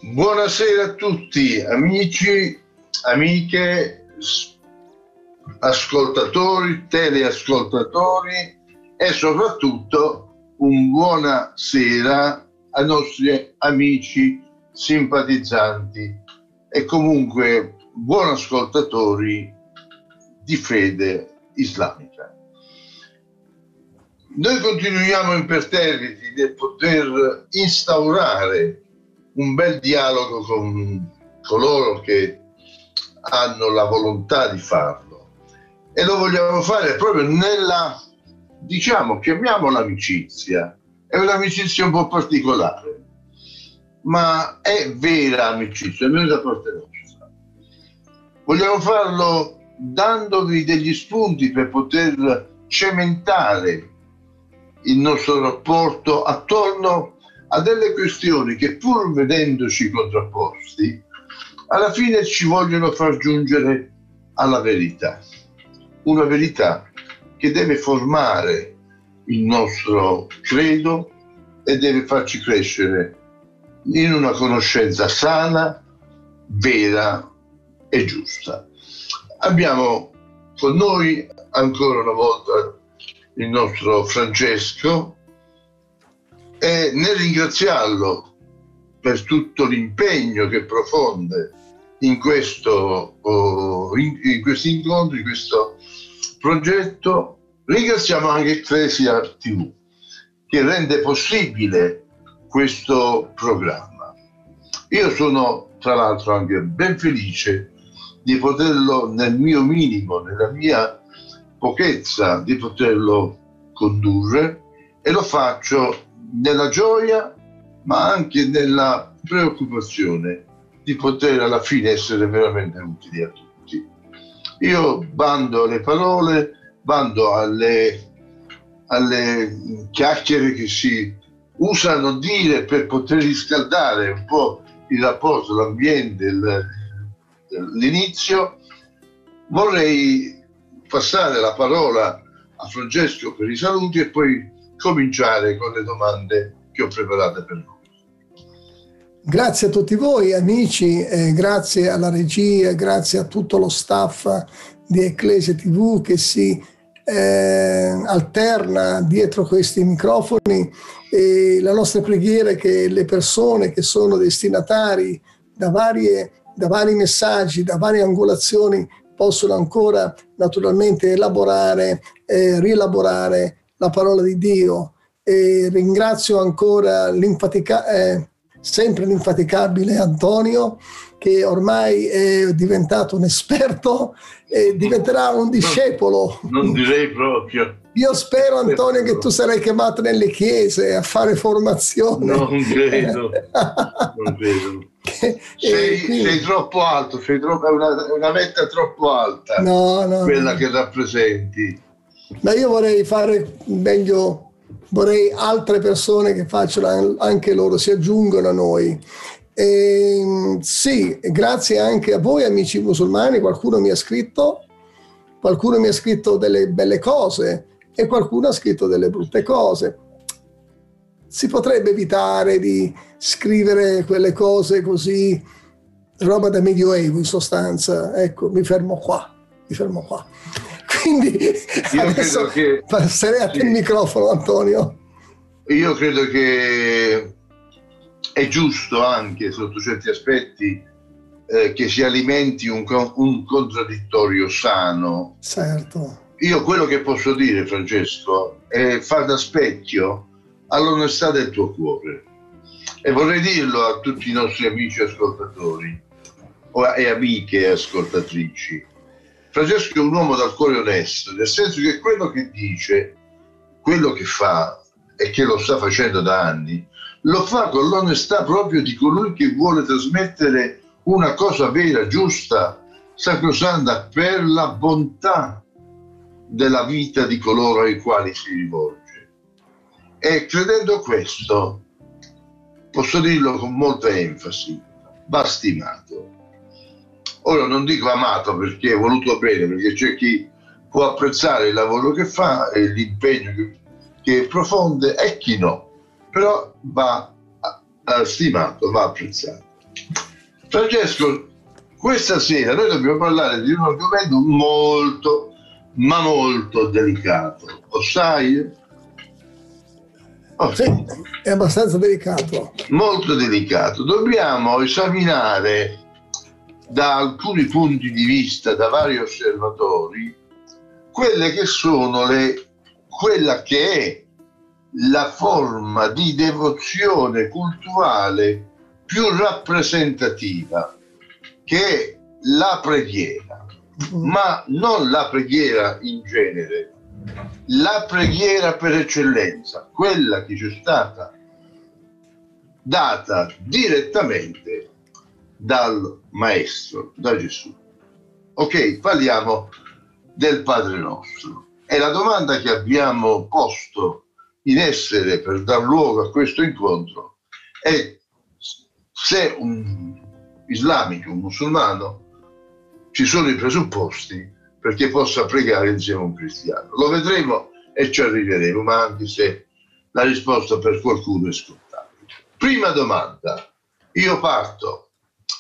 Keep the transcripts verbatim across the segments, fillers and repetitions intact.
Buonasera a tutti, amici, amiche, ascoltatori, teleascoltatori e soprattutto un buonasera ai nostri amici simpatizzanti e comunque buoni ascoltatori di fede islamica. Noi continuiamo imperterriti di poter instaurare un bel dialogo con coloro che hanno la volontà di farlo e lo vogliamo fare proprio nella, diciamo, chiamiamola amicizia. È un'amicizia un po' particolare, ma è vera amicizia, non è da parte nostra. Vogliamo farlo dandovi degli spunti per poter cementare il nostro rapporto attorno a delle questioni che, pur vedendoci contrapposti, alla fine ci vogliono far giungere alla verità. Una verità che deve formare il nostro credo e deve farci crescere in una conoscenza sana, vera e giusta. Abbiamo con noi ancora una volta il nostro Francesco, e nel ringraziarlo per tutto l'impegno che profonde in questo oh, in, in questi incontri, in questo progetto, ringraziamo anche Ecclesia tivù che rende possibile questo programma. Io sono tra l'altro anche ben felice di poterlo, nel mio minimo, nella mia pochezza, di poterlo condurre, e lo faccio nella gioia ma anche nella preoccupazione di poter alla fine essere veramente utili a tutti. Io bando alle parole, bando alle, alle chiacchiere che si usano dire per poter riscaldare un po' il rapporto, l'ambiente, il, l'inizio. Vorrei passare la parola a Francesco per i saluti e poi cominciare con le domande che ho preparate per voi. Grazie a tutti voi amici, eh, grazie alla regia, grazie a tutto lo staff di Ecclesia tivù che si eh, alterna dietro questi microfoni, e la nostra preghiera è che le persone che sono destinatari da, varie, da vari messaggi, da varie angolazioni possono ancora naturalmente elaborare e rielaborare la parola di Dio. E ringrazio ancora l'infatica, eh, sempre l'infaticabile Antonio, che ormai è diventato un esperto e diventerà un discepolo. Non, non direi proprio. Io spero, Antonio, che tu sarai chiamato nelle chiese a fare formazione. Non credo, non credo. Sei, quindi... sei troppo alto, sei troppo, è una, una vetta troppo alta, no, no, quella no. che rappresenti. Ma io vorrei fare meglio, vorrei altre persone che facciano, anche loro si aggiungono a noi. E, sì, grazie anche a voi amici musulmani, qualcuno mi ha scritto, qualcuno mi ha scritto delle belle cose e qualcuno ha scritto delle brutte cose. Si potrebbe evitare di scrivere quelle cose così, roba da medioevo in sostanza. Ecco, mi fermo qua, mi fermo qua. Quindi io adesso credo che passerei a te sì. il microfono, Antonio. Io credo che è giusto anche sotto certi aspetti eh, che si alimenti un, un contraddittorio sano. Certo. Io quello che posso dire, Francesco, è far da specchio all'onestà del tuo cuore, e vorrei dirlo a tutti i nostri amici ascoltatori e amiche ascoltatrici. Francesco è un uomo dal cuore onesto, nel senso che quello che dice, quello che fa e che lo sta facendo da anni, lo fa con l'onestà proprio di colui che vuole trasmettere una cosa vera, giusta, sacrosanta, per la bontà della vita di coloro ai quali si rivolge. E credendo questo, posso dirlo con molta enfasi, va stimato. Ora non dico amato perché è voluto bene, perché c'è chi può apprezzare il lavoro che fa e l'impegno che, che profonde e chi no, però va stimato, va apprezzato. Francesco, questa sera noi dobbiamo parlare di un argomento molto, ma molto delicato. Lo sai? Oh, sì, è abbastanza delicato. Molto delicato. Dobbiamo esaminare da alcuni punti di vista, da vari osservatori, quelle che sono le, quella che è la forma di devozione culturale più rappresentativa, che è la preghiera, ma non la preghiera in genere, la preghiera per eccellenza, quella che ci è stata data direttamente dal Maestro, da Gesù. Ok, parliamo del Padre Nostro. E la domanda che abbiamo posto in essere per dar luogo a questo incontro è se un islamico, un musulmano, ci sono i presupposti perché possa pregare insieme a un cristiano. Lo vedremo e ci arriveremo, ma anche se la risposta per qualcuno è scontata. Prima domanda, io parto.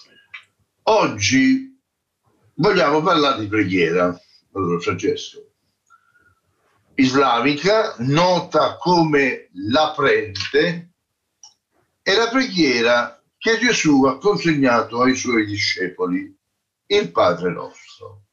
Oggi vogliamo parlare di preghiera, allora Francesco, islamica, nota come la prente, è la preghiera che Gesù ha consegnato ai suoi discepoli, il Padre Nostro.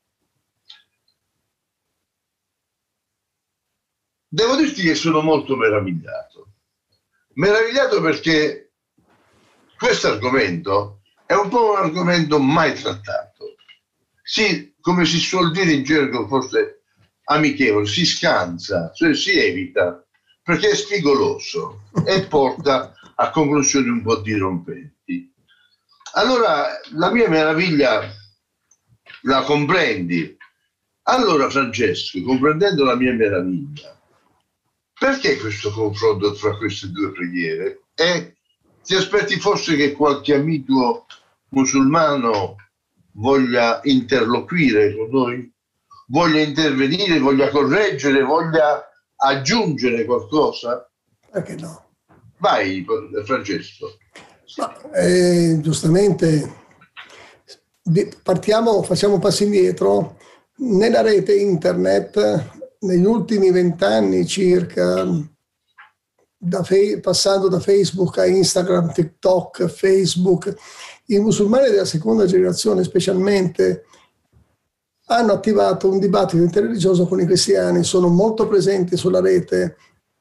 Devo dirti che sono molto meravigliato. Meravigliato perché questo argomento è un po' un argomento mai trattato. Sì, come si suol dire in gergo, forse amichevole, si scansa, cioè si evita, perché è spigoloso e porta a conclusioni un po' dirompenti. Allora, la mia meraviglia la comprendi? Allora, Francesco, comprendendo la mia meraviglia, perché questo confronto tra queste due preghiere? E ti aspetti forse che qualche amico musulmano voglia interloquire con noi, voglia intervenire, voglia correggere, voglia aggiungere qualcosa? Perché no? Vai, Francesco. Ma, eh, giustamente, partiamo, facciamo un passo indietro. Nella rete internet, negli ultimi vent'anni circa, da fe- passando da Facebook a Instagram, TikTok, Facebook, i musulmani della seconda generazione specialmente hanno attivato un dibattito interreligioso con i cristiani, sono molto presenti sulla rete.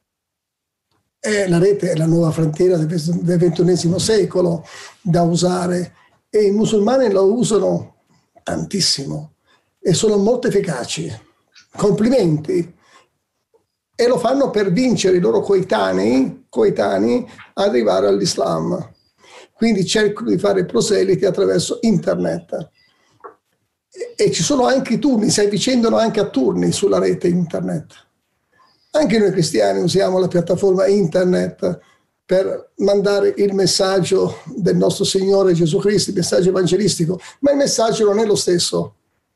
E la rete è la nuova frontiera del ventunesimo secolo da usare e i musulmani lo usano tantissimo e sono molto efficaci. Complimenti. E lo fanno per vincere i loro coetanei, coetanei ad arrivare all'Islam. Quindi cercano di fare proseliti attraverso internet. E, e ci sono anche i turni, si avvicendano anche a turni sulla rete internet. Anche noi cristiani usiamo la piattaforma internet per mandare il messaggio del nostro Signore Gesù Cristo, il messaggio evangelistico, ma il messaggio non è lo stesso.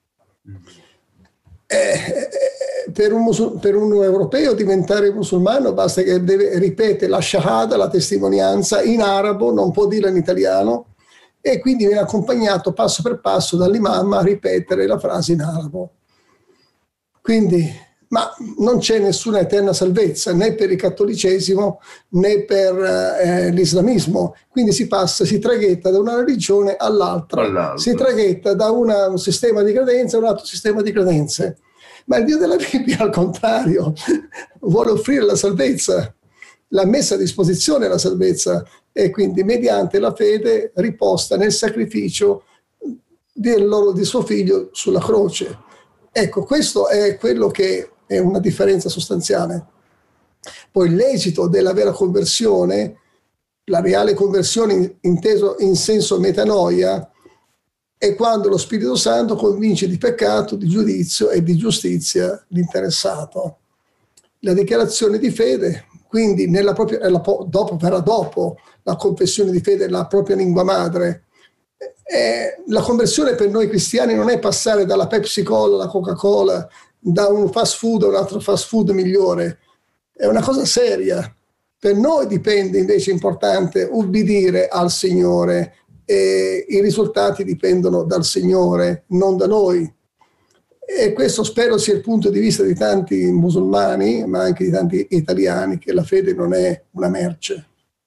Eh, per, un musul- per un europeo diventare musulmano basta che deve ripetere la shahada, la testimonianza, in arabo, non può dirla in italiano, e quindi viene accompagnato passo per passo dall'imam a ripetere la frase in arabo. Quindi... ma non c'è nessuna eterna salvezza né per il cattolicesimo né per eh, l'islamismo, quindi si passa, si traghetta da una religione all'altra, all'altro. Si traghetta da una, un sistema di credenze a un altro sistema di credenze, ma il Dio della Bibbia al contrario vuole offrire la salvezza, l'ha messa a disposizione la salvezza, e quindi mediante la fede riposta nel sacrificio del loro, di suo figlio sulla croce. Ecco, questo è quello che è una differenza sostanziale. Poi l'esito della vera conversione, la reale conversione inteso in senso metanoia, è quando lo Spirito Santo convince di peccato, di giudizio e di giustizia l'interessato. La dichiarazione di fede, quindi nella propria, dopo, verrà dopo la confessione di fede nella propria lingua madre. Eh, la conversione per noi cristiani non è passare dalla Pepsi Cola alla Coca-Cola, da un fast food a un altro fast food migliore, è una cosa seria. Per noi dipende invece, importante, ubbidire al Signore e i risultati dipendono dal Signore, non da noi. E questo spero sia il punto di vista di tanti musulmani, ma anche di tanti italiani, che la fede non è una merce.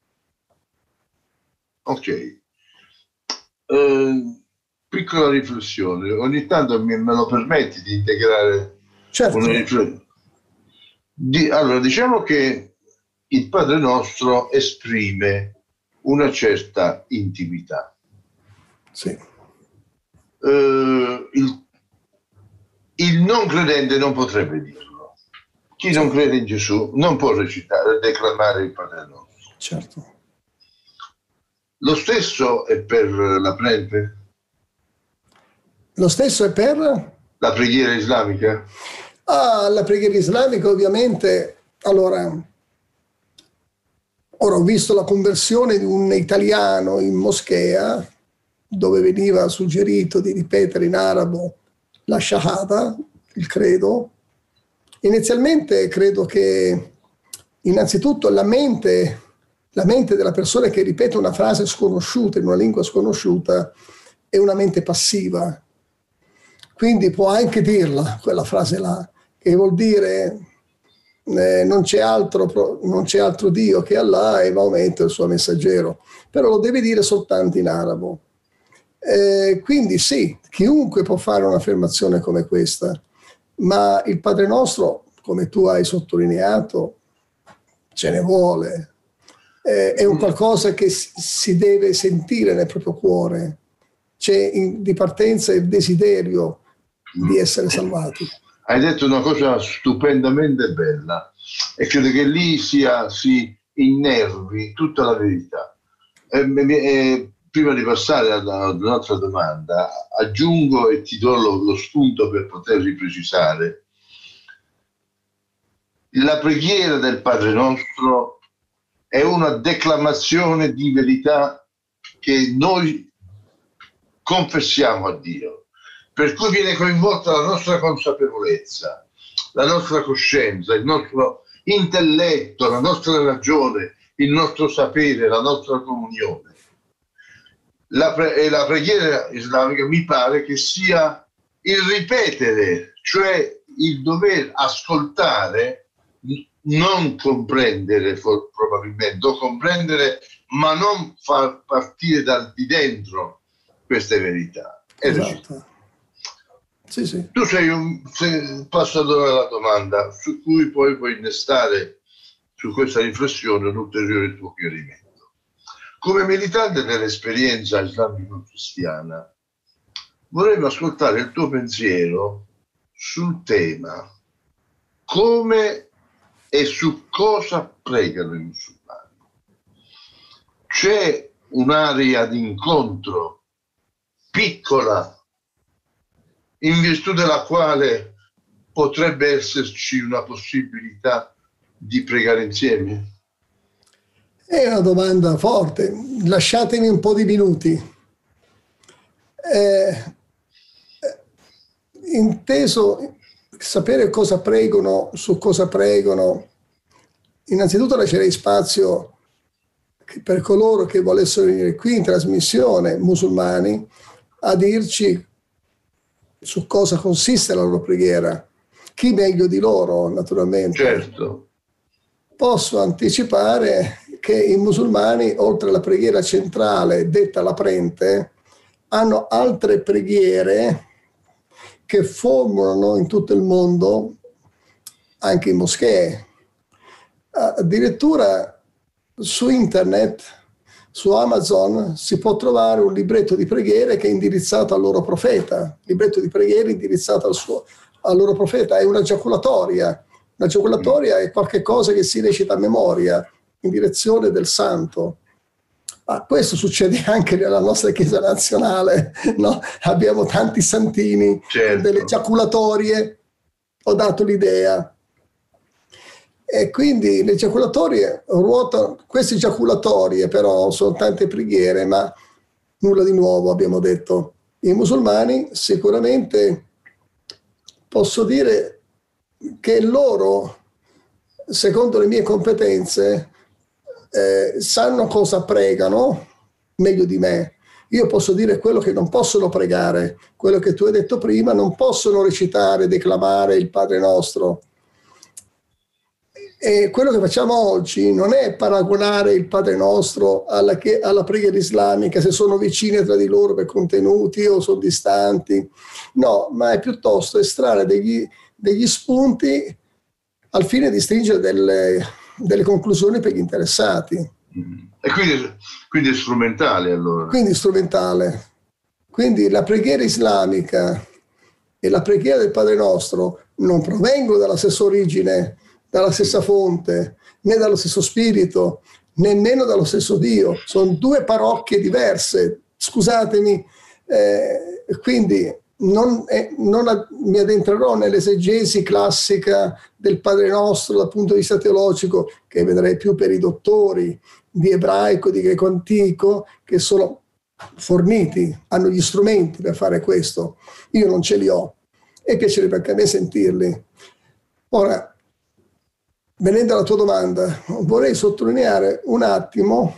Ok. Uh, piccola riflessione. Ogni tanto mi, me lo permetti di integrare certo. una riflessione? Di, allora, diciamo che il Padre Nostro esprime una certa intimità. Sì. Uh, il Il non credente non potrebbe dirlo. Chi non crede in Gesù non può recitare, declamare il Padre Nostro. Certo. Lo stesso è per la prete? Lo stesso è per? La preghiera islamica? Ah, la preghiera islamica ovviamente. Allora, ora ho visto la conversione di un italiano in moschea dove veniva suggerito di ripetere in arabo la shahada, il credo. Inizialmente credo che innanzitutto la mente, la mente della persona che ripete una frase sconosciuta in una lingua sconosciuta è una mente passiva, quindi può anche dirla quella frase là, che vuol dire eh, non c'è altro, non c'è altro Dio che Allah e Maometto è il suo messaggero, però lo deve dire soltanto in arabo. Eh, quindi sì, chiunque può fare un'affermazione come questa, ma il Padre Nostro, come tu hai sottolineato, ce ne vuole. Eh, è un qualcosa che si deve sentire nel proprio cuore. C'è in, di partenza il desiderio di essere salvati. Hai detto una cosa stupendamente bella e credo che lì sia, si innervi tutta la verità. Eh, eh, Prima di passare ad un'altra domanda, aggiungo e ti do lo, lo spunto per poter riprecisare. La preghiera del Padre Nostro è una declamazione di verità che noi confessiamo a Dio, per cui viene coinvolta la nostra consapevolezza, la nostra coscienza, il nostro intelletto, la nostra ragione, il nostro sapere, la nostra comunione. La, pre- e la preghiera islamica mi pare che sia il ripetere, cioè il dover ascoltare, non comprendere for- probabilmente, o comprendere ma non far partire da di dentro queste verità. Esatto. Sì, sì. Tu sei un... Se, passo ad ora alla domanda su cui poi puoi innestare su questa riflessione un ulteriore tuo chiarimento. Come militante dell'esperienza islamico-cristiana, vorremmo ascoltare il tuo pensiero sul tema come e su cosa pregano i musulmani. C'è un'area di incontro piccola in virtù della quale potrebbe esserci una possibilità di pregare insieme? È una domanda forte, lasciatemi un po' di minuti. Eh, inteso sapere cosa pregano, su cosa pregano, innanzitutto lascerei spazio per coloro che volessero venire qui in trasmissione, musulmani, a dirci su cosa consiste la loro preghiera. Chi meglio di loro, naturalmente. Certo. Posso anticipare che i musulmani, oltre alla preghiera centrale detta la prente, hanno altre preghiere che formulano in tutto il mondo, anche in moschee. Addirittura su internet, su Amazon, si può trovare un libretto di preghiere che è indirizzato al loro profeta. Il libretto di preghiere indirizzato al, suo, al loro profeta è una giaculatoria. Una giaculatoria è qualche cosa che si recita a memoria in direzione del santo. Ah, questo succede anche nella nostra Chiesa nazionale, no? Abbiamo tanti santini, certo, con delle giaculatorie, ho dato l'idea. E quindi le giaculatorie ruotano, queste giaculatorie però sono tante preghiere, ma nulla di nuovo abbiamo detto. I musulmani sicuramente posso dire che loro, secondo le mie competenze, eh, sanno cosa pregano meglio di me. Io posso dire quello che non possono pregare, quello che tu hai detto prima, non possono recitare, declamare il Padre Nostro. E quello che facciamo oggi non è paragonare il Padre Nostro alla, che, alla preghiera islamica, se sono vicine tra di loro per contenuti o sono distanti, no, ma è piuttosto estrarre degli, degli spunti al fine di stringere delle, delle conclusioni per gli interessati. E quindi, quindi è strumentale allora? Quindi strumentale. Quindi la preghiera islamica e la preghiera del Padre Nostro non provengono dalla stessa origine, dalla stessa fonte, né dallo stesso spirito, nemmeno dallo stesso Dio. Sono due parrocchie diverse, scusatemi. Eh, quindi non, eh, non a, mi addentrerò nell'esegesi classica del Padre Nostro dal punto di vista teologico, che vedrei più per i dottori di ebraico, di greco antico, che sono forniti, hanno gli strumenti per fare questo. Io non ce li ho e piacerebbe anche a me sentirli. Ora, venendo alla tua domanda, vorrei sottolineare un attimo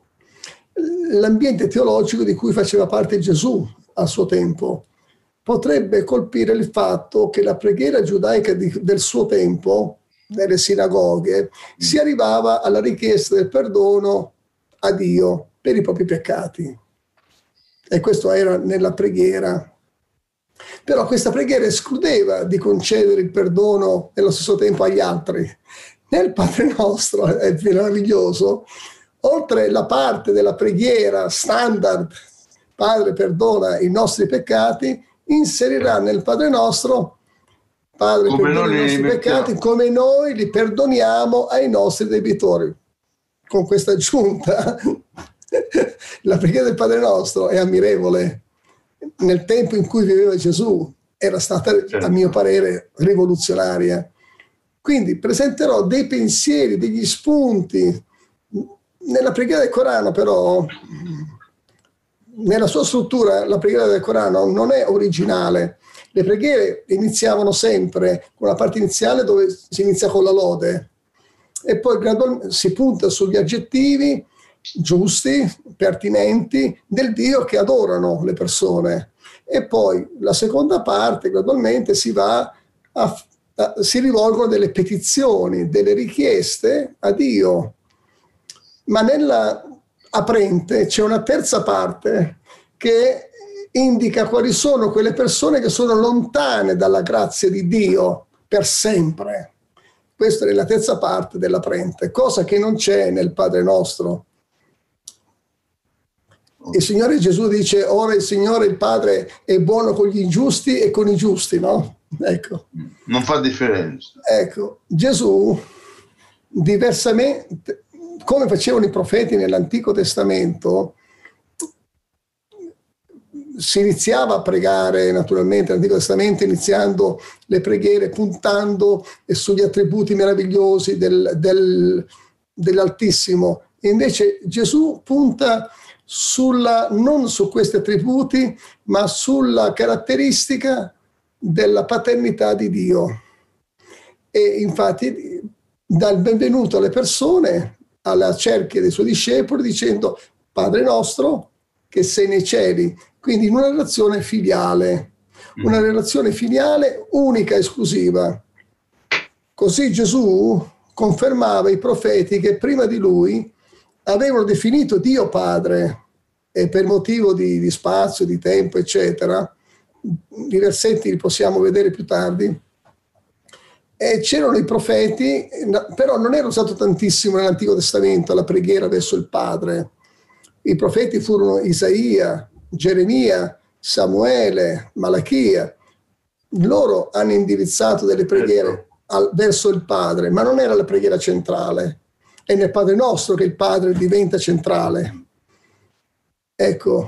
l'ambiente teologico di cui faceva parte Gesù a suo tempo. Potrebbe colpire il fatto che la preghiera giudaica di, del suo tempo, nelle sinagoghe, si arrivava alla richiesta del perdono a Dio per i propri peccati. E questo era nella preghiera. Però questa preghiera escludeva di concedere il perdono nello stesso tempo agli altri. Nel Padre Nostro è meraviglioso, oltre la parte della preghiera standard, Padre perdona i nostri peccati, inserirà nel Padre Nostro, Padre come perdona i nostri peccati come noi li perdoniamo ai nostri debitori. Con questa aggiunta, la preghiera del Padre Nostro è ammirevole. Nel tempo in cui viveva Gesù era stata, certo, a mio parere, rivoluzionaria. Quindi presenterò dei pensieri, degli spunti. Nella preghiera del Corano, però, nella sua struttura, la preghiera del Corano non è originale. Le preghiere iniziavano sempre con la parte iniziale dove si inizia con la lode e poi gradualmente si punta sugli aggettivi giusti, pertinenti, del Dio che adorano le persone. E poi la seconda parte gradualmente si va a, a si rivolgono delle petizioni, delle richieste a Dio. Ma nella aprente c'è una terza parte che indica quali sono quelle persone che sono lontane dalla grazia di Dio per sempre. Questa è la terza parte dell'aprente, cosa che non c'è nel Padre Nostro. Il Signore Gesù dice: ora il Signore, il Padre, è buono con gli ingiusti e con i giusti, no? Ecco. Non fa differenza. Ecco, Gesù, diversamente, come facevano i profeti nell'Antico Testamento, si iniziava a pregare naturalmente nell'Antico Testamento, iniziando le preghiere puntando sugli attributi meravigliosi del, del, dell'Altissimo. E invece Gesù punta sulla, non su questi attributi, ma sulla caratteristica della paternità di Dio. E infatti dà il benvenuto alle persone, alla cerchia dei suoi discepoli, dicendo: Padre nostro che sei nei cieli. Quindi in una relazione filiale, una relazione filiale unica, esclusiva. Così Gesù confermava i profeti che prima di lui avevano definito Dio Padre, e per motivo di, di spazio, di tempo, eccetera, i versetti li possiamo vedere più tardi, e c'erano i profeti, però non era usato tantissimo nell'Antico Testamento la preghiera verso il Padre. I profeti furono Isaia, Geremia, Samuele, Malachia. Loro hanno indirizzato delle preghiere al, verso il Padre, ma non era la preghiera centrale. È nel Padre Nostro che il Padre diventa centrale. Ecco,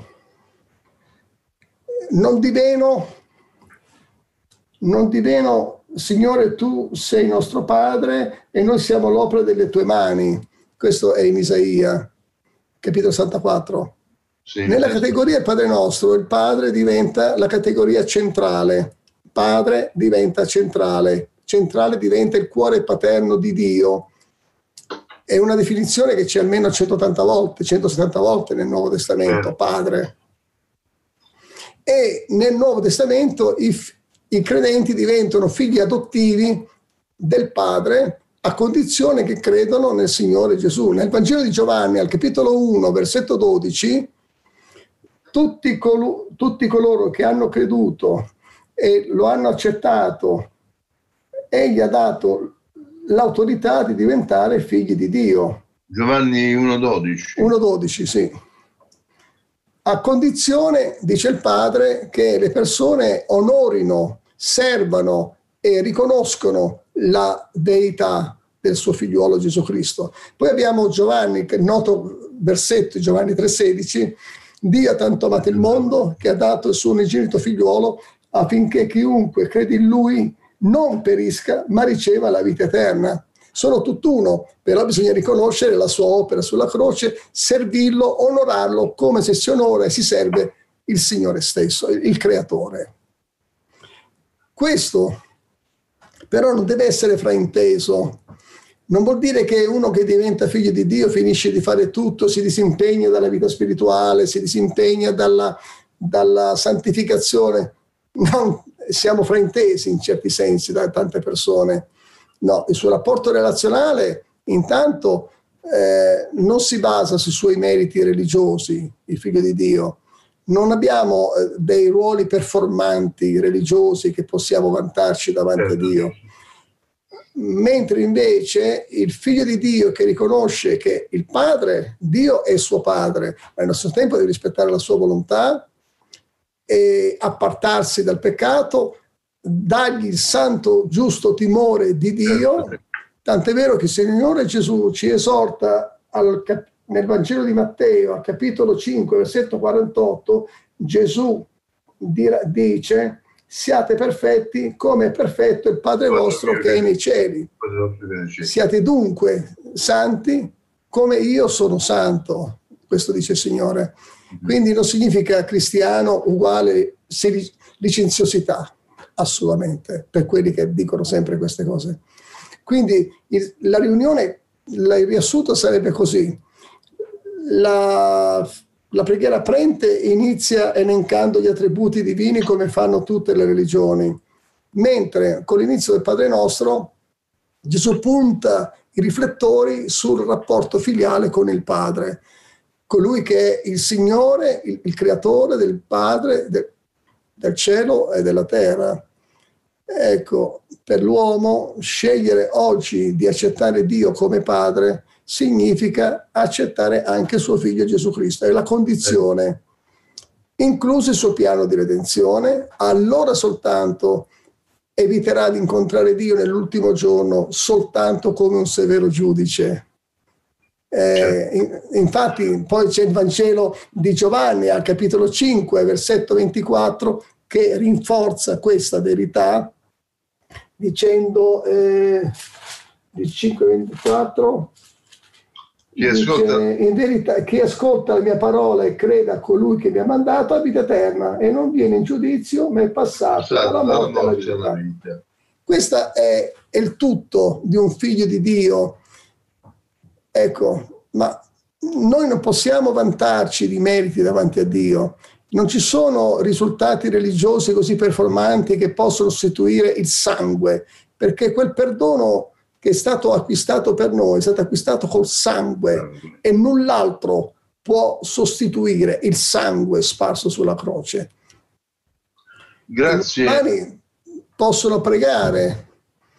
non di meno, non di meno, Signore, tu sei nostro Padre e noi siamo l'opera delle tue mani. Questo è in Isaia, capitolo sessantaquattro. Sì, nella categoria Padre Nostro, il Padre diventa la categoria centrale. Padre diventa centrale. Centrale diventa il cuore paterno di Dio. È una definizione che c'è almeno centottanta volte, centosettanta volte nel Nuovo Testamento, Padre. e nel Nuovo Testamento i, i credenti diventano figli adottivi del Padre a condizione che credano nel Signore Gesù. Nel Vangelo di Giovanni, al capitolo uno, versetto dodici, tutti, col- tutti coloro che hanno creduto e lo hanno accettato, egli ha dato l'autorità di diventare figli di Dio. Giovanni uno dodici. uno dodici, sì. A condizione, dice il Padre, che le persone onorino, servano e riconoscono la deità del suo figliuolo Gesù Cristo. Poi abbiamo Giovanni, che è il noto versetto, Giovanni tre sedici, Dio ha tanto amato il mondo che ha dato il suo unigenito figliuolo affinché chiunque crede in lui non perisca ma riceva la vita eterna. Sono tutt'uno, però bisogna riconoscere la sua opera sulla croce, servirlo, onorarlo come se si onora e si serve il Signore stesso, il Creatore. Questo però non deve essere frainteso. Non vuol dire che uno che diventa figlio di Dio finisce di fare tutto, si disimpegna dalla vita spirituale, si disimpegna dalla, dalla santificazione. Non, siamo fraintesi in certi sensi da tante persone. No, il suo rapporto relazionale intanto eh, non si basa sui suoi meriti religiosi, il figlio di Dio. Non abbiamo eh, dei ruoli performanti religiosi che possiamo vantarci davanti a Dio. Mentre invece il figlio di Dio che riconosce che il padre, Dio è suo padre, ma allo stesso tempo deve rispettare la sua volontà e appartarsi dal peccato, dargli il santo giusto timore di Dio, tant'è vero che il Signore Gesù ci esorta al, nel Vangelo di Matteo, al capitolo cinque, versetto quarantotto, Gesù dir, dice: siate perfetti come è perfetto il Padre vostro che è nei cieli. Siate dunque santi come io sono santo. Questo dice il Signore. Quindi non significa cristiano uguale licenziosità, assolutamente, per quelli che dicono sempre queste cose. Quindi il, la riunione, il riassunto sarebbe così. La, la preghiera prente inizia elencando gli attributi divini come fanno tutte le religioni, mentre con l'inizio del Padre Nostro Gesù punta i riflettori sul rapporto filiale con il Padre, colui che è il Signore, il, il creatore del Padre, de, del cielo e della terra. Ecco, per l'uomo scegliere oggi di accettare Dio come Padre significa accettare anche suo figlio Gesù Cristo, è la condizione, incluso il suo piano di redenzione. Allora soltanto eviterà di incontrare Dio nell'ultimo giorno soltanto come un severo giudice. Eh, infatti poi c'è il Vangelo di Giovanni al capitolo cinque, versetto ventiquattro, che rinforza questa verità dicendo eh, di cinque ventiquattro, chi ascolta, dice, in verità chi ascolta la mia parola e crede a colui che mi ha mandato ha vita eterna e non viene in giudizio ma è passato dalla morte alla vita. alla vita. Questo è, è il tutto di un figlio di Dio. Ecco, ma noi non possiamo vantarci di meriti davanti a Dio. Non ci sono risultati religiosi così performanti che possono sostituire il sangue, perché quel perdono che è stato acquistato per noi è stato acquistato col sangue e null'altro può sostituire il sangue sparso sulla croce. Grazie. I musulmani possono pregare,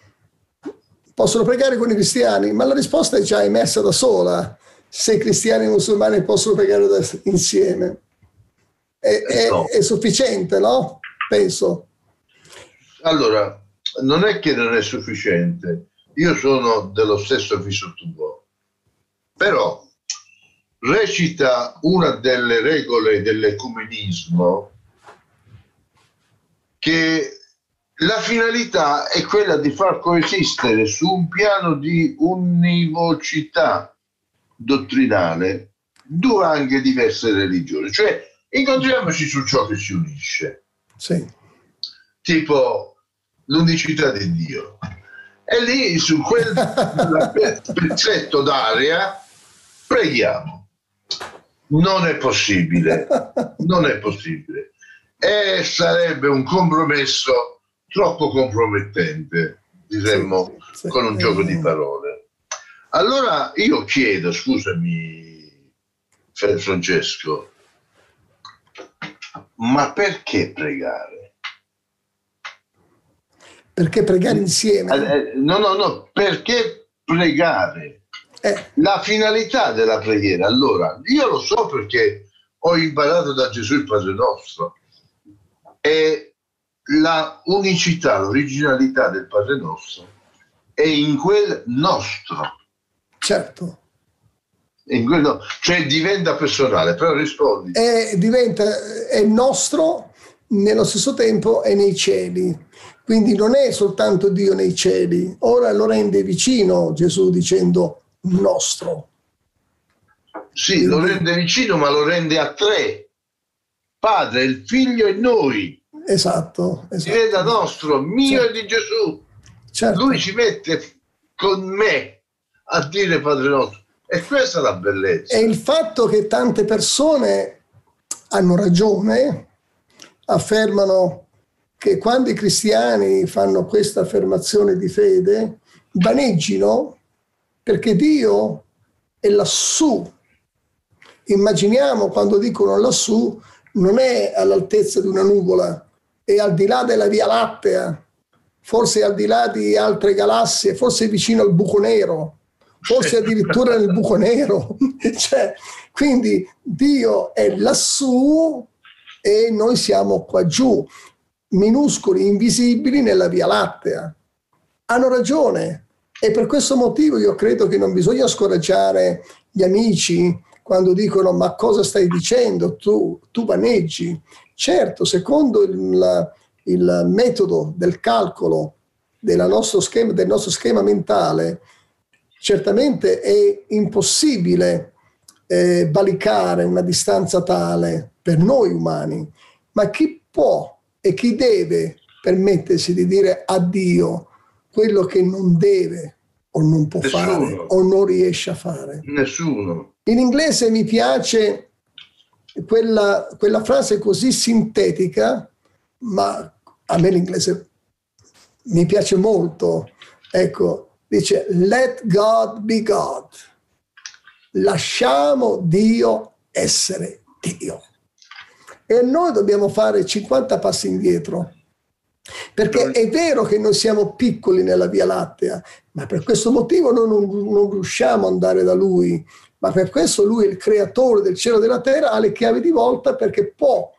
possono pregare con i cristiani, ma la risposta è già emersa da sola. Se i cristiani e i musulmani possono pregare da, insieme, è, è, no. è sufficiente, no? Penso. Allora, non è che non è sufficiente. Io sono dello stesso avviso tuo, però recita una delle regole dell'ecumenismo che la finalità è quella di far coesistere su un piano di univocità dottrinale due anche diverse religioni, cioè incontriamoci su ciò che ci unisce, sì. Tipo l'unicità di Dio. E lì su quel pezzetto d'aria preghiamo. Non è possibile, non è possibile. e sarebbe un compromesso troppo compromettente, diremmo, sì, sì, con un eh, gioco di parole. Allora io chiedo, scusami Francesco, ma perché pregare? Perché pregare insieme? Eh, no, no, no, perché pregare? Eh. La finalità della preghiera, allora, io lo so perché ho imparato da Gesù il Padre Nostro, e la unicità, l'originalità del Padre Nostro è in quel nostro. Certo. In quello, cioè diventa personale, però rispondi. È, diventa, è nostro, nello stesso tempo è nei cieli. Quindi non è soltanto Dio nei cieli, ora lo rende vicino Gesù dicendo nostro. Sì, quindi, lo rende vicino, ma lo rende a tre. Padre, il Figlio e noi. Esatto. esatto. Diventa nostro, mio certo. e di Gesù. Certo. Lui ci mette con me a dire Padre nostro. E questa è la bellezza. E il fatto che tante persone hanno ragione, affermano che quando i cristiani fanno questa affermazione di fede, vaneggino perché Dio è lassù. Immaginiamo quando dicono lassù, non è all'altezza di una nuvola, è al di là della Via Lattea, forse al di là di altre galassie, forse è vicino al buco nero, forse addirittura nel buco nero. Cioè, quindi Dio è lassù e noi siamo qua giù, minuscoli, invisibili nella Via Lattea. Hanno ragione, e per questo motivo io credo che non bisogna scoraggiare gli amici quando dicono ma cosa stai dicendo, tu, tu vaneggi. Certo, secondo il, il metodo del calcolo della nostro schema, del nostro schema mentale, certamente è impossibile eh, valicare una distanza tale per noi umani, ma chi può e chi deve permettersi di dire a Dio quello che non deve o non può Nessuno. fare o non riesce a fare? Nessuno. In inglese mi piace quella, quella frase così sintetica, ma a me l'inglese mi piace molto. Ecco, dice let God be God. Lasciamo Dio essere Dio. E noi dobbiamo fare cinquanta passi indietro, perché è vero che noi siamo piccoli nella Via Lattea, ma per questo motivo noi non, non riusciamo ad andare da Lui, ma per questo Lui è il creatore del cielo e della terra, ha le chiavi di volta perché può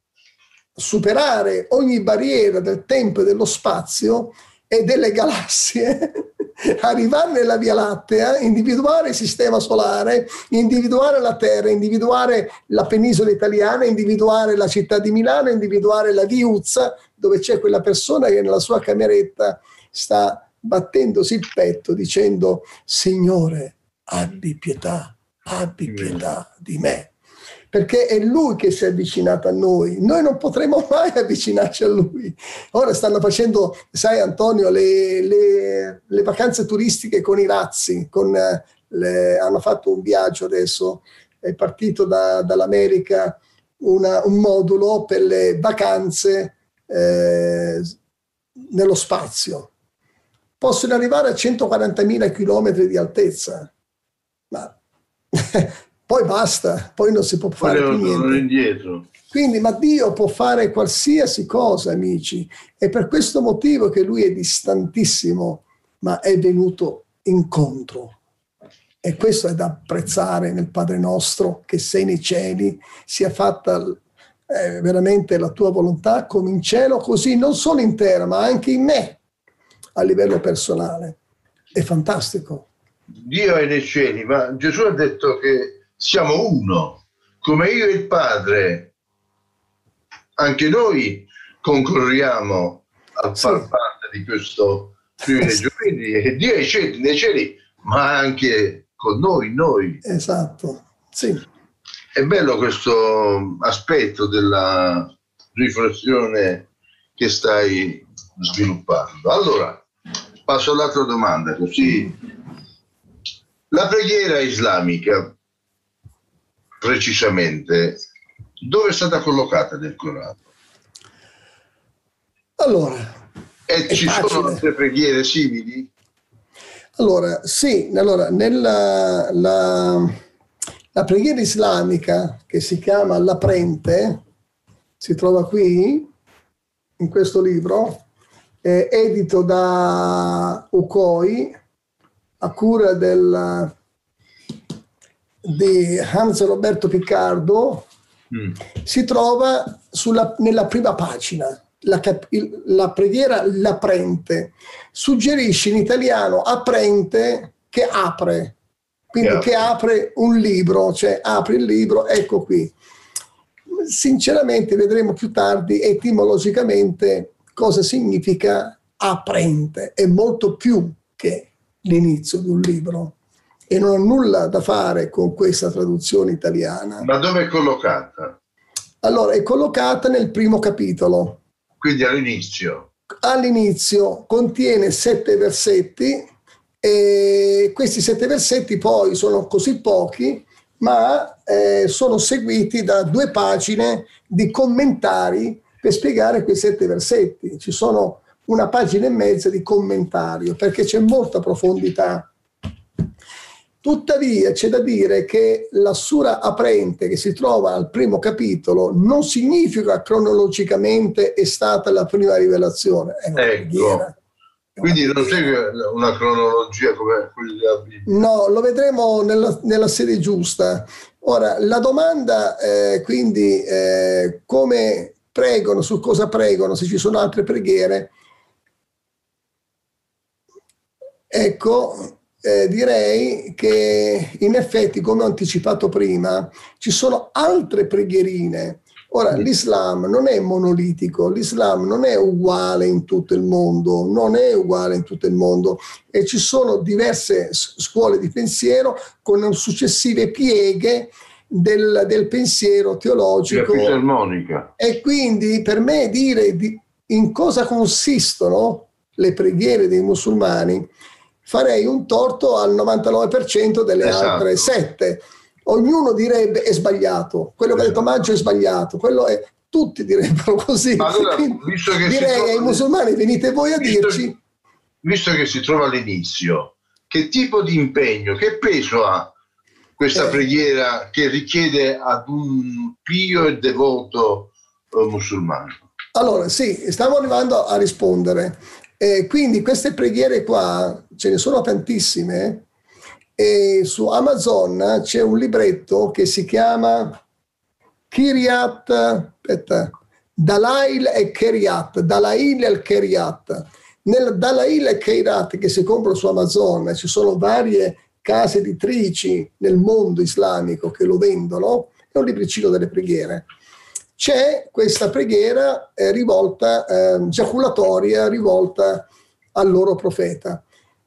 superare ogni barriera del tempo e dello spazio e delle galassie, arrivare nella Via Lattea, individuare il sistema solare, individuare la Terra, individuare la penisola italiana, individuare la città di Milano, individuare la Viuzza, dove c'è quella persona che nella sua cameretta sta battendosi il petto dicendo Signore, abbi pietà, abbi pietà di me. Perché è Lui che si è avvicinato a noi, noi non potremo mai avvicinarci a Lui. Ora stanno facendo, sai Antonio, le, le, le vacanze turistiche con i razzi, con, le, hanno fatto un viaggio adesso, è partito da, dall'America una, un modulo per le vacanze eh, nello spazio. Possono arrivare a centoquarantamila chilometri di altezza, ma... poi basta, poi non si può fare più niente. Indietro. Quindi, ma Dio può fare qualsiasi cosa, amici, è per questo motivo che Lui è distantissimo, ma è venuto incontro. E questo è da apprezzare nel Padre nostro, che sei nei cieli, sia fatta eh, veramente la tua volontà, come in cielo, così non solo in terra, ma anche in me, a livello personale. È fantastico. Dio è nei cieli, ma Gesù ha detto che siamo uno, come io e il Padre, anche noi concorriamo a sì. far parte di questo privilegio. Quindi Dio è cieli, nei cieli, ma anche con noi, noi. Esatto, sì. È bello questo aspetto della riflessione che stai sviluppando. Allora, passo all'altra domanda, così. La preghiera islamica, precisamente, dove è stata collocata nel Corano? Allora, E ci facile. sono altre preghiere simili? Allora, sì, allora, nella la, la preghiera islamica che si chiama La Prente, si trova qui, in questo libro, eh, edito da Ukoi, a cura del, di Hans Roberto Piccardo, mm. si trova sulla, nella prima pagina. La, il, la preghiera La Prente suggerisce in italiano aprente, che apre, quindi yeah. che apre un libro, cioè apri il libro, ecco qui. Sinceramente vedremo più tardi etimologicamente cosa significa aprente, è molto più che l'inizio di un libro e non ha nulla da fare con questa traduzione italiana. Ma dove è collocata? Allora, è collocata nel primo capitolo. Quindi all'inizio? All'inizio contiene sette versetti e questi sette versetti poi sono così pochi, ma eh, sono seguiti da due pagine di commentari per spiegare quei sette versetti. Ci sono una pagina e mezza di commentario perché c'è molta profondità. Tuttavia c'è da dire che la sura aprente che si trova al primo capitolo non significa cronologicamente è stata la prima rivelazione. È una ecco. preghiera. Quindi non segue una cronologia come quella della Bibbia. No, lo vedremo nella, nella sede giusta. Ora, la domanda eh, quindi eh, come pregano, su cosa pregano, se ci sono altre preghiere. Ecco, eh, direi che in effetti, come ho anticipato prima, ci sono altre preghierine. Ora, l'Islam non è monolitico, l'Islam non è uguale in tutto il mondo, non è uguale in tutto il mondo e ci sono diverse scuole di pensiero con successive pieghe del, del pensiero teologico. Più sermonica. E quindi per me dire di, in cosa consistono le preghiere dei musulmani farei un torto al novantanove per cento delle esatto. altre sette. Ognuno direbbe è sbagliato, quello che ha detto Maggio è sbagliato, quello è, tutti direbbero così. Allora, visto che direi ai musulmani venite voi a visto, dirci. Visto che si trova all'inizio, che tipo di impegno, che peso ha questa eh. preghiera che richiede ad un pio e devoto eh, musulmano? Allora sì, stiamo arrivando a rispondere. Eh, quindi queste preghiere qua, ce ne sono tantissime, e su Amazon c'è un libretto che si chiama Kiryat, aspetta, Dalail e Kiryat, Dalail e Kiryat. Nel Dalail e Kiryat che si compra su Amazon ci sono varie case editrici nel mondo islamico che lo vendono, è un libricino delle preghiere. C'è questa preghiera eh, rivolta, eh, giaculatoria rivolta al loro profeta.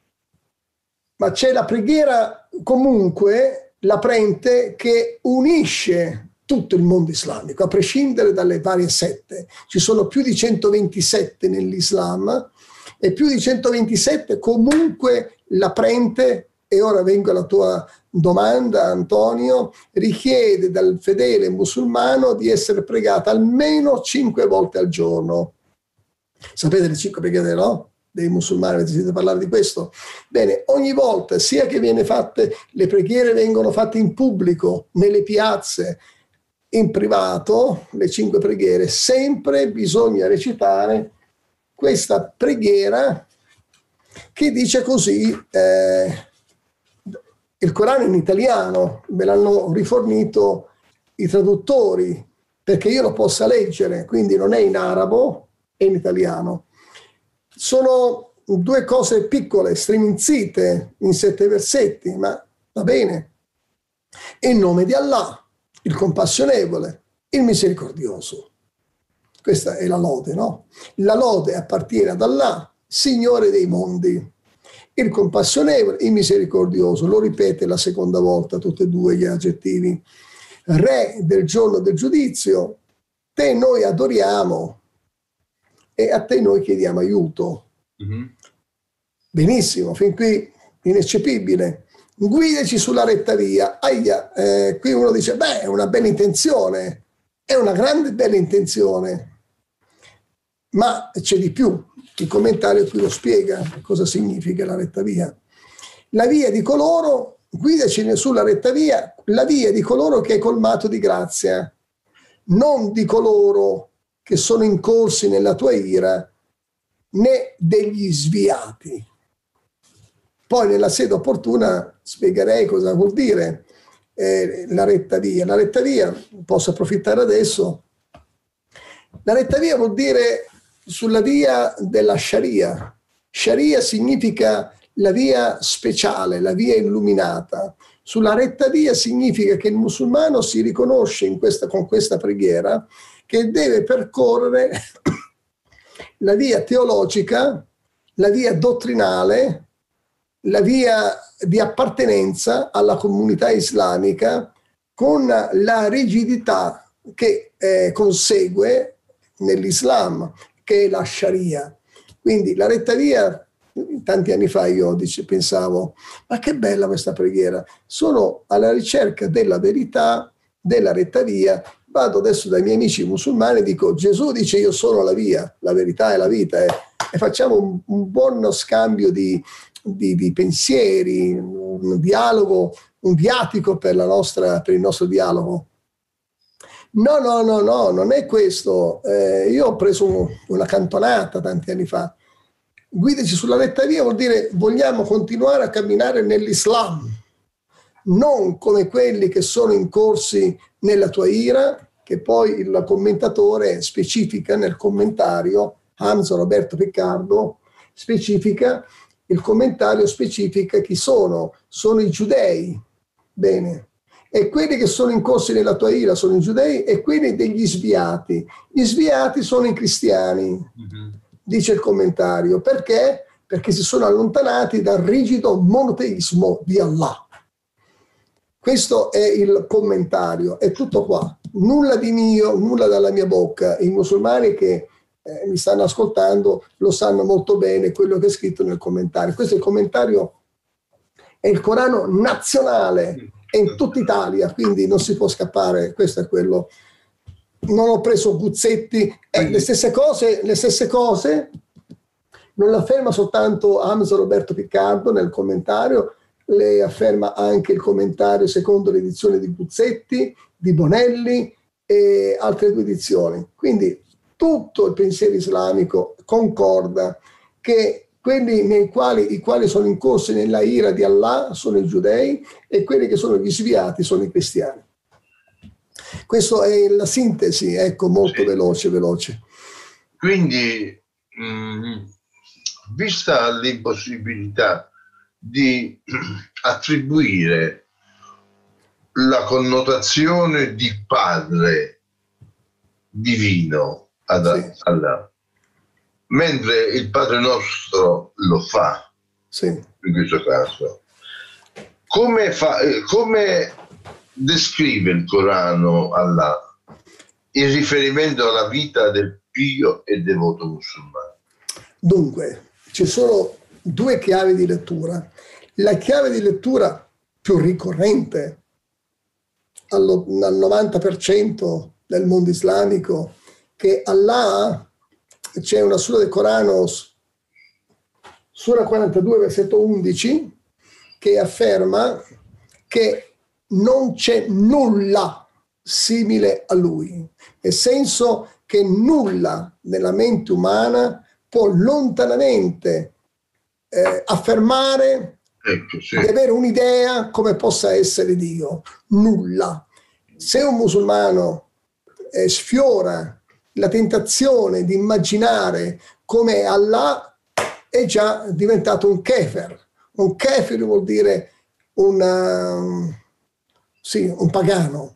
Ma c'è la preghiera comunque, la Prente, che unisce tutto il mondo islamico, a prescindere dalle varie sette. Ci sono più di centoventisette nell'Islam e più di centoventisette comunque la Prente, e ora vengo alla tua domanda Antonio, richiede dal fedele musulmano di essere pregata almeno cinque volte al giorno. Sapete le cinque preghiere, no? Dei musulmani, avete sentito parlare di questo? Bene, ogni volta, sia che viene fatte, le preghiere vengono fatte in pubblico, nelle piazze, in privato, le cinque preghiere, sempre bisogna recitare questa preghiera che dice così, eh, il Corano in italiano, me l'hanno rifornito i traduttori, perché io lo possa leggere, quindi non è in arabo, è in italiano. Sono due cose piccole, striminzite in sette versetti, ma va bene. In nome di Allah, il compassionevole, il misericordioso. Questa è la lode, no? La lode appartiene ad Allah, Signore dei mondi. Il compassionevole, il misericordioso, lo ripete la seconda volta, tutti e due gli aggettivi. Re del giorno del giudizio, te noi adoriamo e a te noi chiediamo aiuto. Mm-hmm. Benissimo, fin qui ineccepibile. Guidaci sulla retta via. Aia, eh, qui uno dice, beh, è una bella intenzione, è una grande bella intenzione. Ma c'è di più, il commentario qui lo spiega cosa significa la retta via. La via di coloro, guidaci sulla retta via, la via di coloro che è colmato di grazia, non di coloro che sono incorsi nella tua ira, né degli sviati. Poi nella sede opportuna spiegherei cosa vuol dire eh, la retta via. La retta via, posso approfittare adesso, la retta via vuol dire sulla via della Sharia. Sharia significa la via speciale, la via illuminata. Sulla retta via significa che il musulmano si riconosce in questa, con questa preghiera che deve percorrere la via teologica, la via dottrinale, la via di appartenenza alla comunità islamica con la rigidità che eh, consegue nell'Islam, che è la Sharia. Quindi la retta via, tanti anni fa io dice, pensavo, ma che bella questa preghiera, sono alla ricerca della verità, della retta via, vado adesso dai miei amici musulmani e dico, Gesù dice io sono la via, la verità e la vita, eh, e facciamo un, un buon scambio di, di, di pensieri, un dialogo, un viatico per, la nostra, per il nostro dialogo. No, no, no, no, non è questo. Eh, io ho preso una cantonata tanti anni fa. Guidaci sulla retta via vuol dire vogliamo continuare a camminare nell'Islam, non come quelli che sono incorsi nella tua ira, che poi il commentatore specifica nel commentario, Hanzo Roberto Piccardo, specifica, il commentario specifica chi sono, sono i giudei, bene, e quelli che sono incorsi nella tua ira sono i giudei e quelli degli sviati, gli sviati sono i cristiani, mm-hmm. dice il commentario, perché? Perché si sono allontanati dal rigido monoteismo di Allah. Questo è il commentario, è tutto qua, nulla di mio, nulla dalla mia bocca. I musulmani che eh, mi stanno ascoltando lo sanno molto bene quello che è scritto nel commentario. Questo è il commentario, è il Corano nazionale, è in tutta Italia, quindi non si può scappare, questo è quello. Non ho preso Guzzetti, eh, le stesse cose, le stesse cose non le afferma soltanto Hamza Roberto Piccardo nel commentario, le afferma anche il commentario secondo l'edizione di Guzzetti, di Bonelli e altre due edizioni. Quindi tutto il pensiero islamico concorda che quelli nei quali, i quali sono incorsi nella ira di Allah sono i giudei e quelli che sono gli sviati sono i cristiani. Questa è la sintesi, ecco, molto sì. veloce, veloce. Quindi, mh, vista l'impossibilità di attribuire la connotazione di padre divino ad sì. Allah, mentre il Padre nostro lo fa, sì. in questo caso, come, fa, come descrive il Corano Allah in riferimento alla vita del pio e devoto musulmano? Dunque, ci sono due chiavi di lettura. La chiave di lettura più ricorrente al novanta per cento del mondo islamico, che Allah, c'è una sura del Corano, sura quarantadue, versetto undici, che afferma che non c'è nulla simile a lui, nel senso che nulla nella mente umana può lontanamente eh, affermare ecco, sì. di avere un'idea come possa essere Dio. Nulla. Se un musulmano eh, sfiora la tentazione di immaginare come Allah, è già diventato un kefer. Un kefer vuol dire un, sì, un pagano,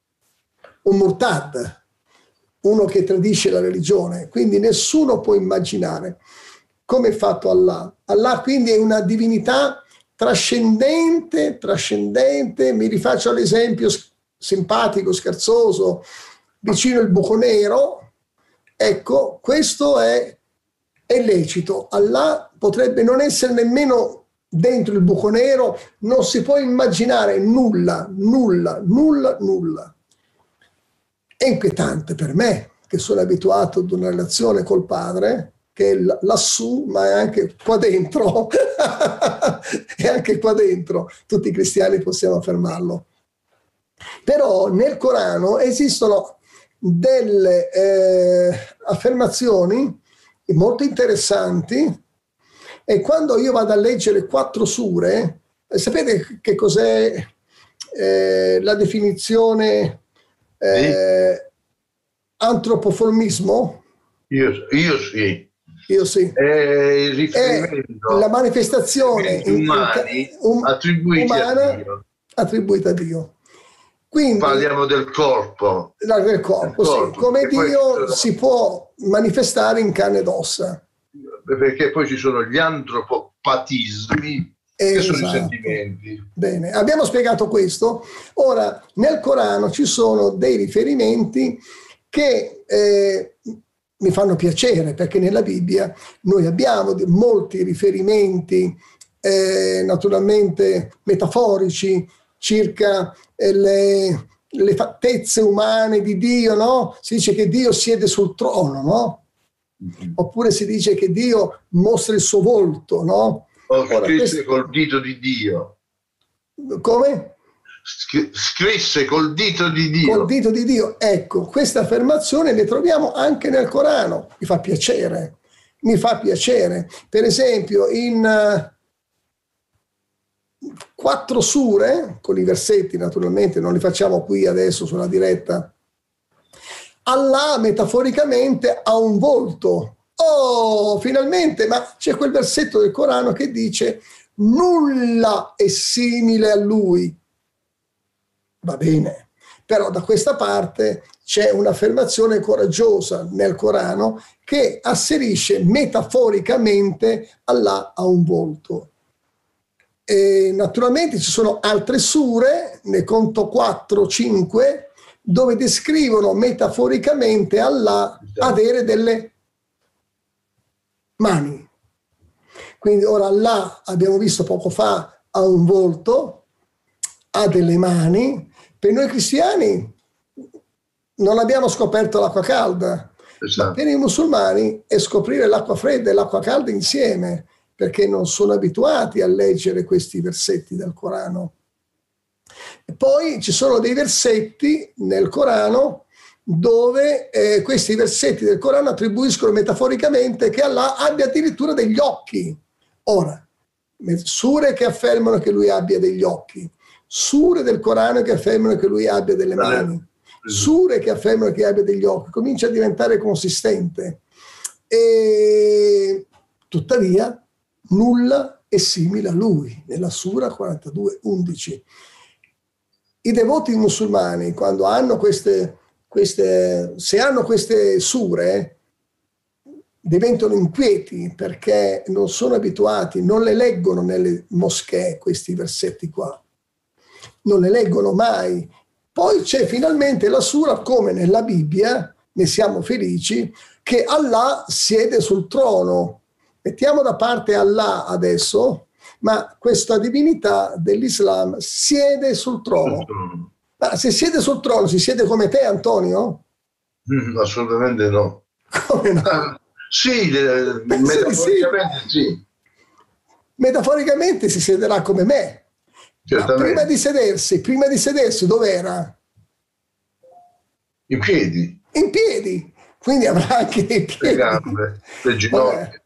un murtad, uno che tradisce la religione. Quindi nessuno può immaginare come è fatto Allah. Allah quindi è una divinità trascendente, trascendente. Mi rifaccio all'esempio simpatico, scherzoso, vicino il buco nero. Ecco, questo è, è lecito. Allah potrebbe non essere nemmeno dentro il buco nero, non si può immaginare nulla, nulla, nulla, nulla. È inquietante per me, che sono abituato ad una relazione col Padre, che è lassù, ma è anche qua dentro, e anche qua dentro, tutti i cristiani possiamo affermarlo. Però nel Corano esistono delle eh, affermazioni molto interessanti, e quando io vado a leggere quattro sure, sapete che cos'è eh, la definizione eh, sì. Antropoformismo? Io, io sì. Io sì. È, è la manifestazione umani in, um, attribuiti umana a Dio. attribuita a Dio. Quindi, parliamo del corpo. La, del corpo, del corpo sì. Come Dio sono... si può manifestare in carne ed ossa. Perché poi ci sono gli antropopatismi, che esatto. sono i sentimenti. Bene, abbiamo spiegato questo. Ora, nel Corano ci sono dei riferimenti che eh, mi fanno piacere, perché nella Bibbia noi abbiamo molti riferimenti eh, naturalmente metaforici circa eh, le, le fattezze umane di Dio, no? Si dice che Dio siede sul trono, no? Mm-hmm. Oppure si dice che Dio mostra il suo volto, no? O scrisse questo... col dito di Dio. Come? Scrisse col dito di Dio. Col dito di Dio. Ecco, queste affermazioni le troviamo anche nel Corano. Mi fa piacere. Mi fa piacere. Per esempio, in uh, quattro sure, con i versetti naturalmente, non li facciamo qui adesso sulla diretta, Allah metaforicamente ha un volto. Oh, finalmente, ma c'è quel versetto del Corano che dice nulla è simile a lui. Va bene, però da questa parte c'è un'affermazione coraggiosa nel Corano che asserisce metaforicamente Allah ha un volto. E naturalmente ci sono altre sure, ne conto quattro o cinque, dove descrivono metaforicamente Allah avere delle mani. Quindi ora Allah, abbiamo visto poco fa, ha un volto, ha delle mani. Per noi cristiani non abbiamo scoperto l'acqua calda, esatto. Ma per i musulmani è scoprire l'acqua fredda e l'acqua calda insieme, perché non sono abituati a leggere questi versetti del Corano. E poi ci sono dei versetti nel Corano dove eh, questi versetti del Corano attribuiscono metaforicamente che Allah abbia addirittura degli occhi. Ora, sure che affermano che lui abbia degli occhi, sure del Corano che affermano che lui abbia delle mani, sure che affermano che abbia degli occhi, comincia a diventare consistente. E tuttavia nulla è simile a lui, nella sura quarantadue undici. I devoti musulmani, quando hanno queste, queste se hanno queste sure, diventano inquieti perché non sono abituati, non le leggono nelle moschee questi versetti qua. Non le leggono mai. Poi c'è finalmente la sura, come nella Bibbia, ne siamo felici, che Allah siede sul trono. Mettiamo da parte Allah adesso, ma questa divinità dell'Islam siede sul trono. Ma se siede sul trono, si siede come te, Antonio? Mm, assolutamente no. Come no? Ah, sì, eh, metaforicamente sì. sì. Metaforicamente si siederà come me. Ma prima di sedersi, prima di sedersi, dov'era? In piedi. In piedi. Quindi avrà anche i piedi. Le gambe, le ginocchia.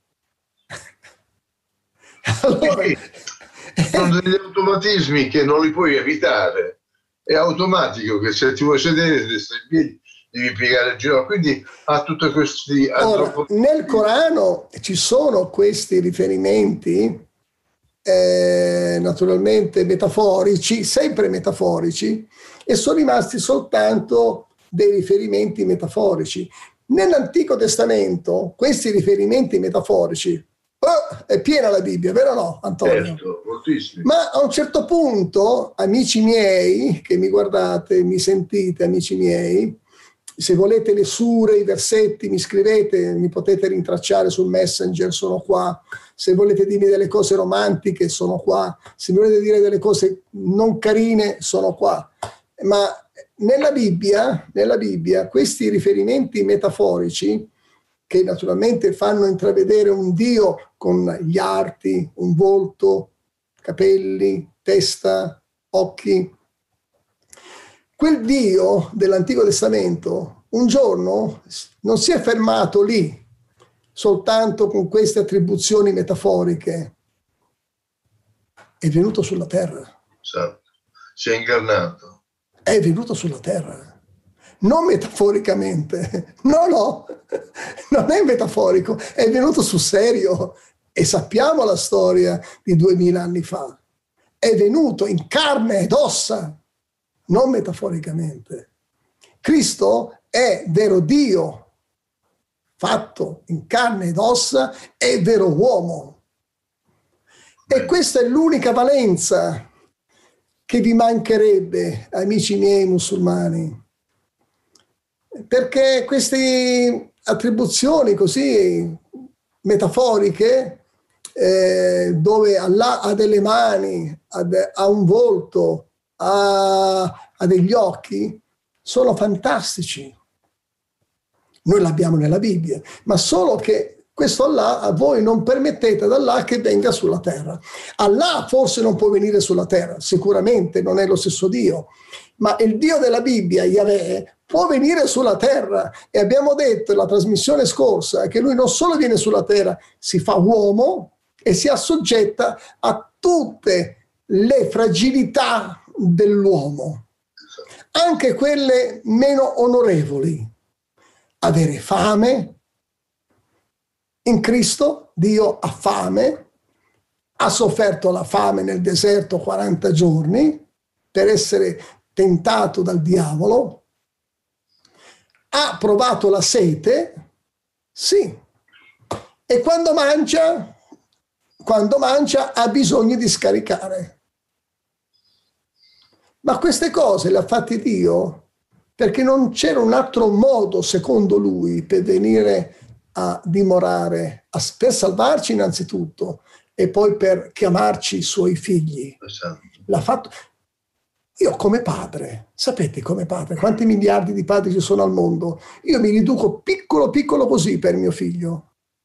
Allora, sono degli automatismi che non li puoi evitare. È automatico che se ti vuoi sedere, se stai in piedi, devi piegare il ginocchio. Quindi ha tutti questi... Ora, nel Corano ci sono questi riferimenti Eh, naturalmente metaforici, sempre metaforici, e sono rimasti soltanto dei riferimenti metaforici. Nell'Antico Testamento questi riferimenti metaforici oh, è piena la Bibbia, vero o no, Antonio? Certo, moltissimo. Ma a un certo punto, amici miei che mi guardate, mi sentite, amici miei, se volete le sure, i versetti, mi scrivete, mi potete rintracciare sul Messenger, sono qua. Se volete dirmi delle cose romantiche, sono qua. Se volete dire delle cose non carine, sono qua. Ma nella Bibbia, nella Bibbia questi riferimenti metaforici, che naturalmente fanno intravedere un Dio con gli arti, un volto, capelli, testa, occhi, quel Dio dell'Antico Testamento un giorno non si è fermato lì soltanto con queste attribuzioni metaforiche, è venuto sulla terra. Esatto. Si è incarnato. È venuto sulla terra, non metaforicamente, no, no, non è metaforico, è venuto sul serio e sappiamo la storia di duemila anni fa. È venuto in carne ed ossa, non metaforicamente. Cristo è vero Dio, fatto in carne ed ossa, è vero uomo. E questa è l'unica valenza che vi mancherebbe, amici miei musulmani, perché queste attribuzioni così metaforiche, eh, dove Allah ha delle mani, ha, de- ha un volto, ha, ha degli occhi, sono fantastici. Noi l'abbiamo nella Bibbia, ma solo che questo Allah, a voi non permettete ad Allah che venga sulla terra. Allah forse non può venire sulla terra, sicuramente non è lo stesso Dio, ma il Dio della Bibbia, Yahweh, può venire sulla terra. E abbiamo detto nella trasmissione scorsa che lui non solo viene sulla terra, si fa uomo e si assoggetta a tutte le fragilità dell'uomo, anche quelle meno onorevoli. Avere fame. In Cristo Dio ha fame, ha sofferto la fame nel deserto quaranta giorni per essere tentato dal diavolo, ha provato la sete, sì, e quando mangia, quando mangia ha bisogno di scaricare. Ma queste cose le ha fatte Dio perché non c'era un altro modo, secondo lui, per venire a dimorare, a, per salvarci innanzitutto e poi per chiamarci i suoi figli. Esatto. L'ha fatto. Io come padre, sapete come padre, quanti miliardi di padri ci sono al mondo? Io mi riduco piccolo piccolo così per mio figlio.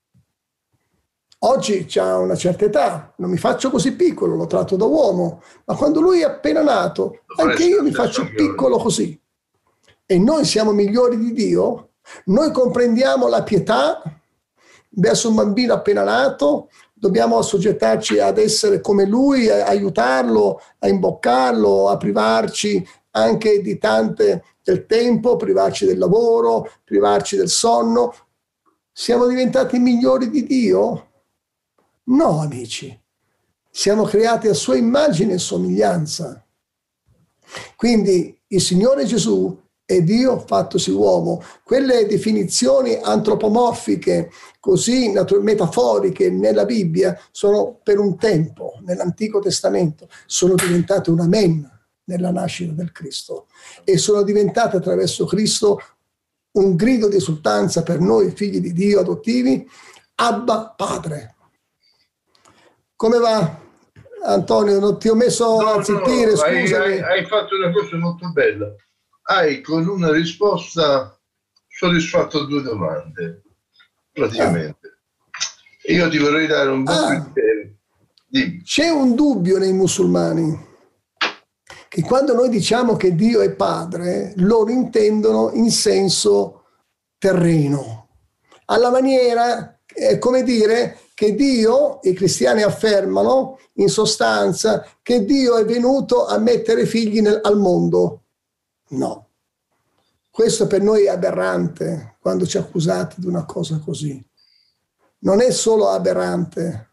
Oggi c'ha una certa età, non mi faccio così piccolo, lo tratto da uomo, ma quando lui è appena nato, anche io mi faccio piccolo così. E noi siamo migliori di Dio? Noi comprendiamo la pietà verso un bambino appena nato, dobbiamo assoggettarci ad essere come lui, a aiutarlo, a imboccarlo, a privarci anche di tante del tempo, privarci del lavoro, privarci del sonno. Siamo diventati migliori di Dio? No, amici. Siamo creati a sua immagine e somiglianza. Quindi il Signore Gesù è Dio fattosi uomo. Quelle definizioni antropomorfiche, così metaforiche nella Bibbia, sono per un tempo, nell'Antico Testamento, sono diventate un amen nella nascita del Cristo e sono diventate attraverso Cristo un grido di esultanza per noi figli di Dio adottivi, Abba Padre. Come va, Antonio? Non ti ho messo no, a zittire, no, scusami. Hai, hai, hai fatto una cosa molto bella. Hai con una risposta soddisfatto due domande, praticamente. Ah. Io ti vorrei dare un po' ah, più. C'è un dubbio nei musulmani, che quando noi diciamo che Dio è padre, loro intendono in senso terreno. Alla maniera, è come dire che Dio, i cristiani affermano, in sostanza, che Dio è venuto a mettere figli nel, al mondo. No, questo per noi è aberrante quando ci accusate di una cosa così. Non è solo aberrante.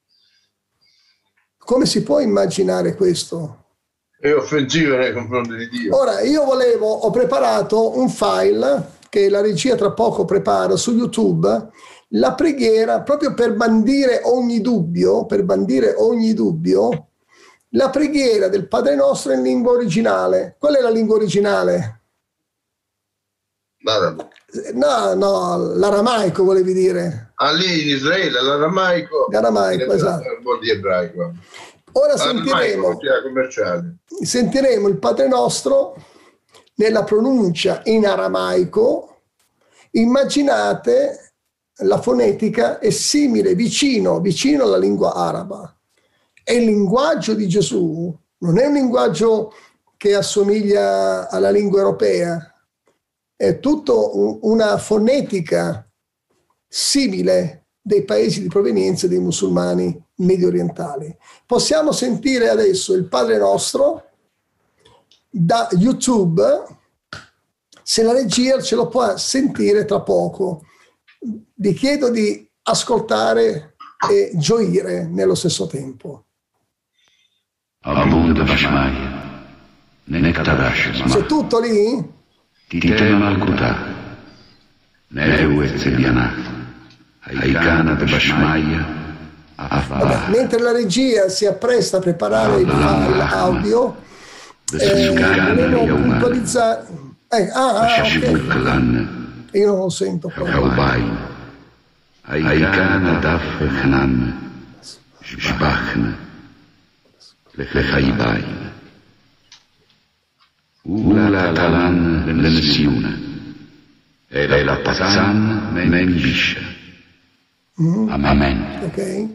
Come si può immaginare questo? È offensivo nei confronti di Dio. Ora, io volevo, ho preparato un file che la regia tra poco prepara su YouTube, la preghiera proprio per bandire ogni dubbio, per bandire ogni dubbio, la preghiera del Padre Nostro in lingua originale. Qual è la lingua originale? L'arabo. No, no, l'aramaico volevi dire. Ah, lì in Israele, l'aramaico. L'aramaico, esatto. Un di ebraico. Ora sentiremo, commerciale. sentiremo il Padre Nostro nella pronuncia in aramaico, immaginate la fonetica è simile, vicino, vicino alla lingua araba. E il linguaggio di Gesù non è un linguaggio che assomiglia alla lingua europea, è tutto una fonetica simile dei paesi di provenienza dei musulmani medio orientali. Possiamo sentire adesso il Padre Nostro da YouTube, se la regia ce lo può sentire tra poco. Vi chiedo di ascoltare e gioire nello stesso tempo. C'è tutto lì? Vabbè, mentre la regia si appresta a preparare il file audio, eh, volevo puntualizzare. Eh, ah, ah, ok. Io non lo sento proprio. Ula talan l'ensiuna e la pazan men bisha. Amen. Ok.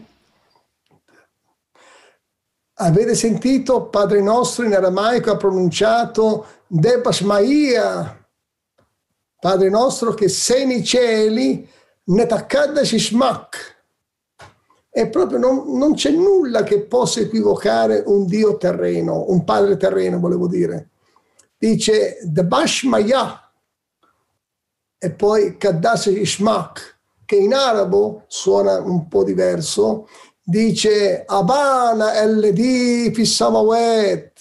Avete sentito Padre Nostro in aramaico ha pronunciato Debashmaia, Padre Nostro che sei nei cieli, netakaddash ishmak. E proprio non, non c'è nulla che possa equivocare un Dio terreno, un Padre terreno volevo dire. Dice Debashmaia e poi Kaddash ishmak, che in arabo suona un po' diverso. Dice Abana L-di fi samawat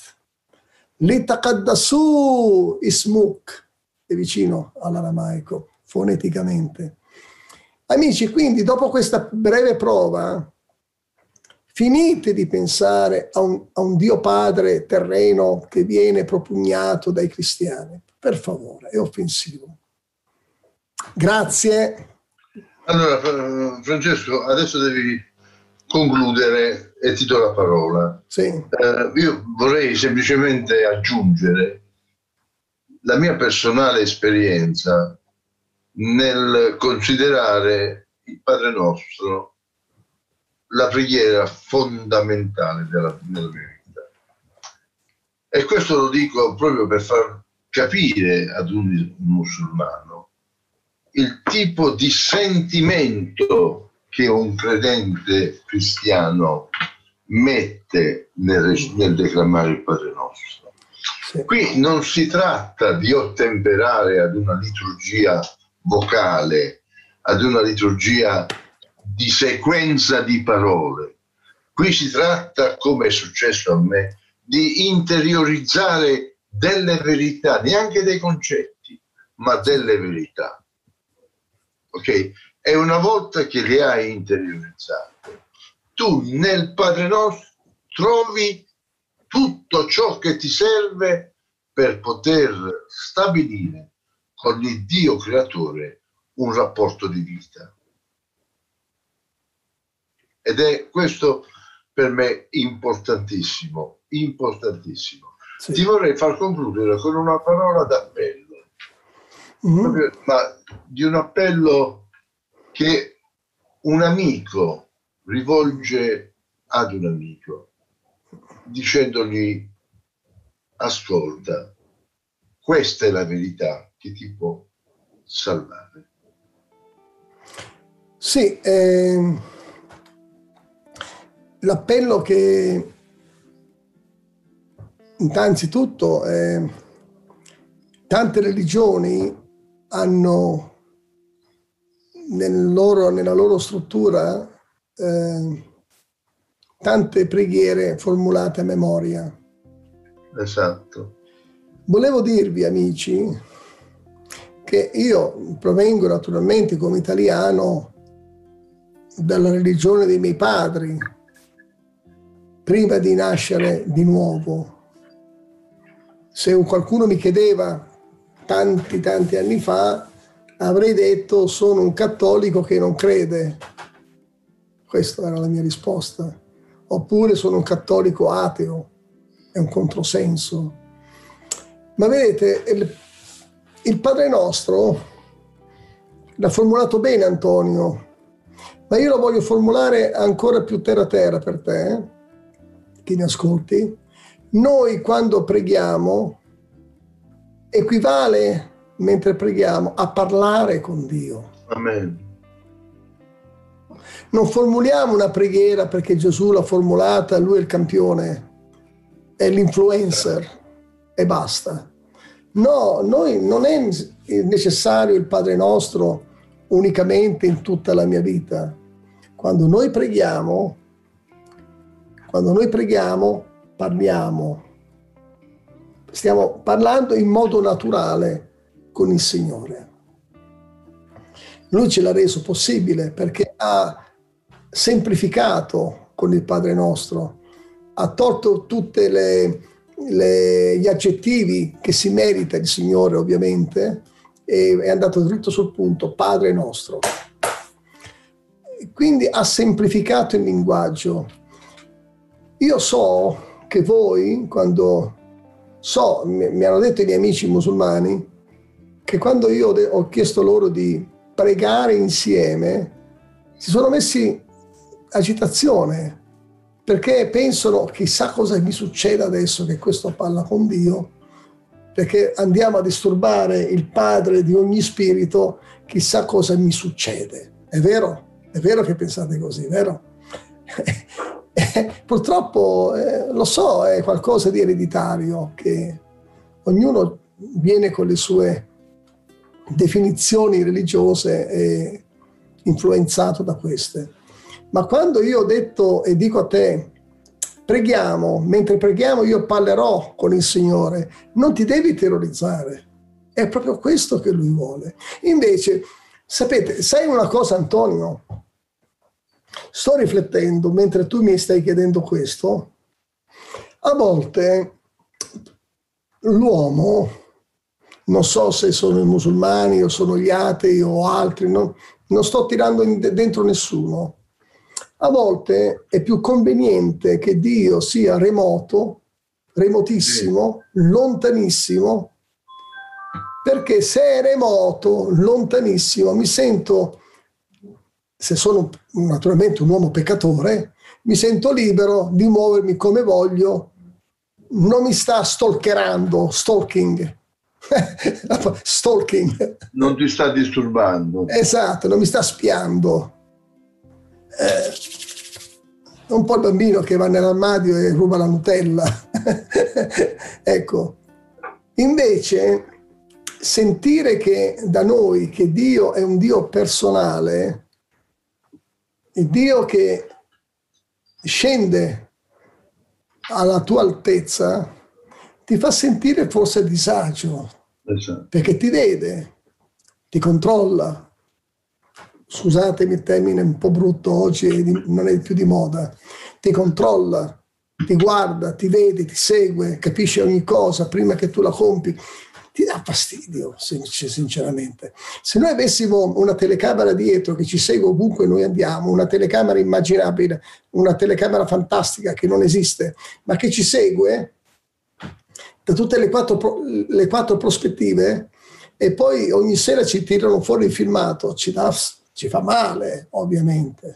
litaqaddasu ismuk, è vicino all'aramaico foneticamente. Amici, quindi dopo questa breve prova finite di pensare a un, a un Dio Padre terreno che viene propugnato dai cristiani, per favore, è offensivo. Grazie. Allora Francesco, adesso devi concludere e ti do la parola. Sì. Eh, io vorrei semplicemente aggiungere la mia personale esperienza nel considerare il Padre Nostro la preghiera fondamentale della, della mia vita. E questo lo dico proprio per far capire ad un musulmano il tipo di sentimento che un credente cristiano mette nel, nel declamare il Padre Nostro. Sì. Qui non si tratta di ottemperare ad una liturgia vocale, ad una liturgia di sequenza di parole. Qui si tratta, come è successo a me, di interiorizzare delle verità, neanche dei concetti, ma delle verità. Ok? E una volta che le hai interiorizzate, tu nel Padre Nostro trovi tutto ciò che ti serve per poter stabilire con il Dio creatore un rapporto di vita. Ed è questo per me importantissimo, importantissimo. Sì. Ti vorrei far concludere con una parola d'appello, mm-hmm. ma di un appello che un amico rivolge ad un amico, dicendogli: ascolta, questa è la verità che ti può salvare. Sì, eh, l'appello che innanzitutto eh, tante religioni hanno nel loro, nella loro struttura eh, tante preghiere formulate a memoria. Esatto. Volevo dirvi, amici, che io provengo naturalmente come italiano dalla religione dei miei padri, prima di nascere di nuovo. Se qualcuno mi chiedeva tanti tanti anni fa, avrei detto: sono un cattolico che non crede. Questa era la mia risposta. Oppure sono un cattolico ateo. È un controsenso. Ma vedete, il, il Padre Nostro l'ha formulato bene Antonio, ma io lo voglio formulare ancora più terra terra per te, eh? Chi mi ascolti. Noi quando preghiamo equivale, mentre preghiamo, a parlare con Dio. Amen. Non formuliamo una preghiera perché Gesù l'ha formulata, lui è il campione, è l'influencer e basta. No, noi non è necessario il Padre Nostro unicamente in tutta la mia vita. Quando noi preghiamo, quando noi preghiamo, parliamo. Stiamo parlando in modo naturale con il Signore. Lui ce l'ha reso possibile perché ha semplificato con il Padre Nostro, ha tolto tutti gli aggettivi che si merita il Signore ovviamente e è andato dritto sul punto, Padre Nostro. Quindi ha semplificato il linguaggio. Io so che voi, quando so, mi, mi hanno detto i miei amici musulmani, che quando io ho chiesto loro di pregare insieme, si sono messi agitazione, perché pensano chissà cosa mi succede adesso che questo parla con Dio, perché andiamo a disturbare il padre di ogni spirito, chissà cosa mi succede. È vero? È vero che pensate così, vero? Purtroppo, eh, lo so, è qualcosa di ereditario, che ognuno viene con le sue definizioni religiose e influenzato da queste. Ma quando io ho detto e dico a te, preghiamo, mentre preghiamo io parlerò con il Signore, non ti devi terrorizzare. È proprio questo che Lui vuole. Invece, sapete, sai una cosa, Antonio? Sto riflettendo mentre tu mi stai chiedendo questo. A volte l'uomo, non so se sono i musulmani o sono gli atei o altri, no? Non sto tirando in, dentro nessuno. A volte è più conveniente che Dio sia remoto, remotissimo, lontanissimo, perché se è remoto, lontanissimo, mi sento, se sono naturalmente un uomo peccatore, mi sento libero di muovermi come voglio, non mi sta stalkerando, stalking, stalking. Non ti sta disturbando. Esatto, non mi sta spiando. Eh, è un po' il bambino che va nell'armadio e ruba la Nutella. Ecco, invece sentire che da noi che Dio è un Dio personale, il Dio che scende alla tua altezza, ti fa sentire forse a disagio, Esatto. Perché ti vede, ti controlla. Scusatemi il termine un po' brutto oggi, non è più di moda. Ti controlla, ti guarda, ti vede, ti segue, capisce ogni cosa prima che tu la compi. Ti dà fastidio, sinceramente. Se noi avessimo una telecamera dietro che ci segue ovunque noi andiamo, una telecamera immaginabile, una telecamera fantastica che non esiste, ma che ci segue da tutte le quattro, le quattro prospettive, e poi ogni sera ci tirano fuori il filmato, ci, dà, ci fa male, ovviamente.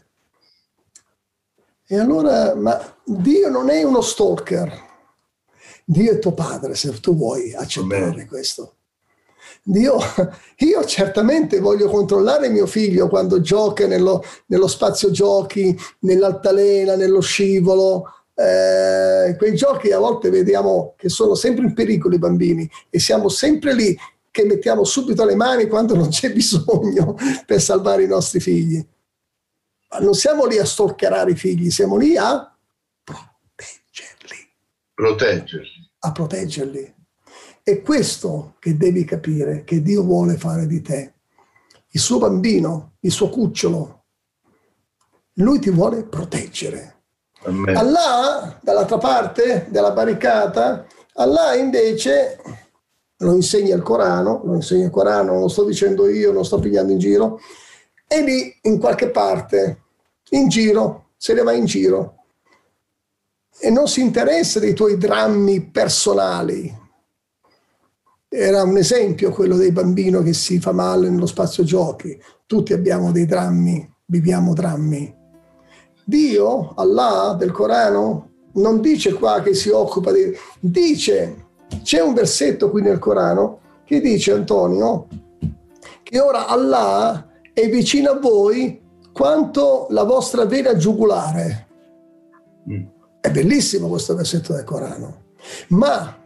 E allora, ma Dio non è uno stalker. Dio è tuo padre, se tu vuoi accettare Amen. Questo. Dio, io certamente voglio controllare mio figlio quando gioca nello, nello spazio giochi, nell'altalena, nello scivolo. Eh, quei giochi a volte vediamo che sono sempre in pericolo i bambini e siamo sempre lì che mettiamo subito le mani quando non c'è bisogno per salvare i nostri figli. Ma non siamo lì a stalkerare i figli, siamo lì a proteggerli. Proteggerli. A proteggerli. È questo che devi capire che Dio vuole fare di te. Il suo bambino, il suo cucciolo, lui ti vuole proteggere. Amen. Allah, dall'altra parte della barricata, Allah invece lo insegna il Corano, lo insegna il Corano, non lo sto dicendo io, non sto pigliando in giro, e lì in qualche parte, in giro, se ne va in giro. E non si interessa dei tuoi drammi personali, era un esempio quello dei bambini che si fa male nello spazio giochi. Tutti abbiamo dei drammi, viviamo drammi. Dio, Allah del Corano, non dice qua che si occupa di... Dice, c'è un versetto qui nel Corano che dice, Antonio, che ora Allah è vicino a voi quanto la vostra vena giugulare. Mm. È bellissimo questo versetto del Corano, ma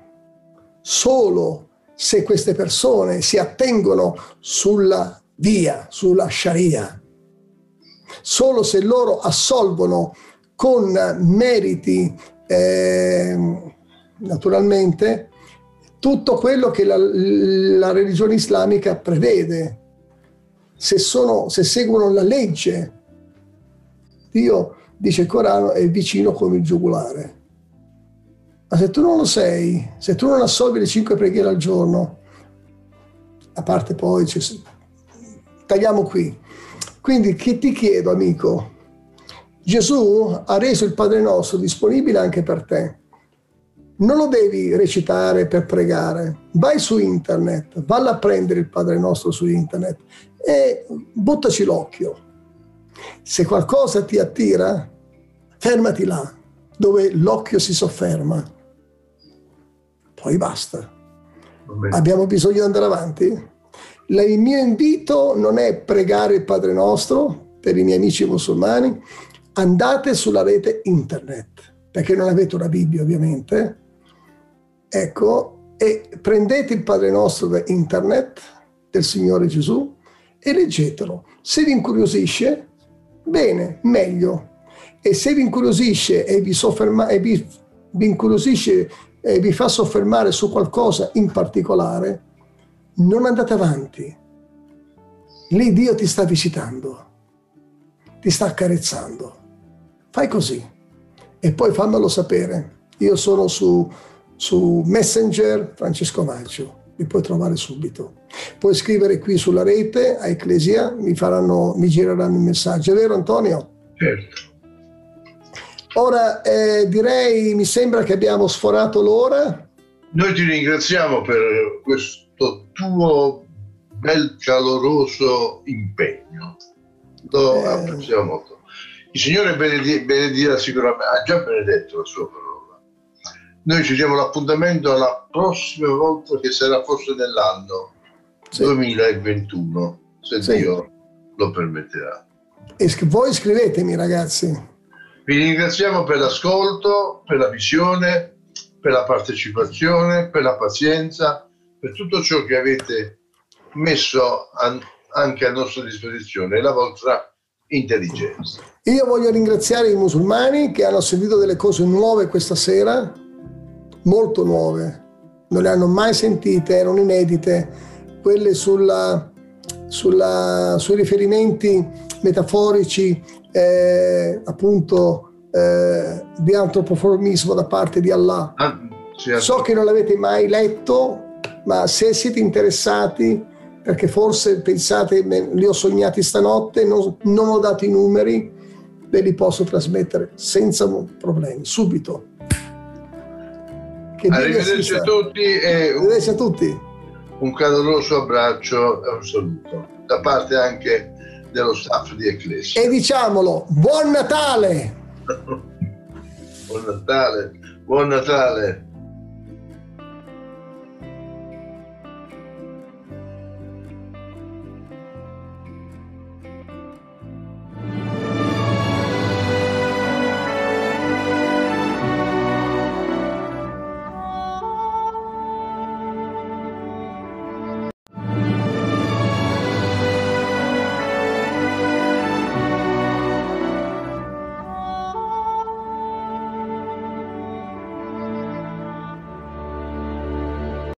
solo se queste persone si attengono sulla via, sulla Sharia, solo se loro assolvono con meriti, eh, naturalmente, tutto quello che la, la religione islamica prevede, se, sono, se seguono la legge. Dio, dice il Corano, è vicino come il giugulare. Ma se tu non lo sei, se tu non assolvi le cinque preghiere al giorno, a parte poi, cioè, tagliamo qui. Quindi che ti chiedo, amico, Gesù ha reso il Padre Nostro disponibile anche per te. Non lo devi recitare per pregare. Vai su internet, valla a prendere il Padre Nostro su internet e buttaci l'occhio. Se qualcosa ti attira, fermati là, dove l'occhio si sofferma. Poi basta. Abbiamo bisogno di andare avanti? Il mio invito non è pregare il Padre Nostro per i miei amici musulmani. Andate sulla rete internet, perché non avete una Bibbia ovviamente. Ecco, e prendete il Padre Nostro da internet del Signore Gesù e leggetelo. Se vi incuriosisce, bene, meglio. E se vi incuriosisce e vi, sofferma, e vi, vi incuriosisce e vi fa soffermare su qualcosa in particolare, non andate avanti. Lì Dio ti sta visitando, ti sta accarezzando. Fai così e poi fammelo sapere. Io sono su, su Messenger Francesco Maggio, mi puoi trovare subito. Puoi scrivere qui sulla rete a Ecclesia, mi faranno, mi gireranno il messaggio. È vero, Antonio? Certo. Ora eh, direi, mi sembra che abbiamo sforato l'ora. Noi ti ringraziamo per questo tuo bel caloroso impegno, lo eh. apprezziamo molto. Il Signore benedi- benedirà sicuramente, ha già benedetto la sua parola. Noi ci diamo l'appuntamento alla prossima volta, che sarà forse nell'anno sì. duemilaventuno, se sì. Dio lo permetterà. E voi scrivetemi, ragazzi. Vi ringraziamo per l'ascolto, per la visione, per la partecipazione, per la pazienza, per tutto ciò che avete messo a, anche a nostra disposizione e la vostra intelligenza. Io voglio ringraziare i musulmani che hanno sentito delle cose nuove questa sera, molto nuove, non le hanno mai sentite, erano inedite, quelle sulla, sulla, sui riferimenti metaforici Eh, appunto eh, di antropoformismo da parte di Allah. Ah, certo. So che non l'avete mai letto, ma se siete interessati, perché forse pensate li ho sognati stanotte, non, non ho dato i numeri, ve li posso trasmettere senza problemi, subito. Che arrivederci a tutti e arrivederci a tutti. Un caloroso abbraccio e un saluto da parte anche dello staff di Ecclesia. E diciamolo, buon Natale! Buon Natale, buon Natale!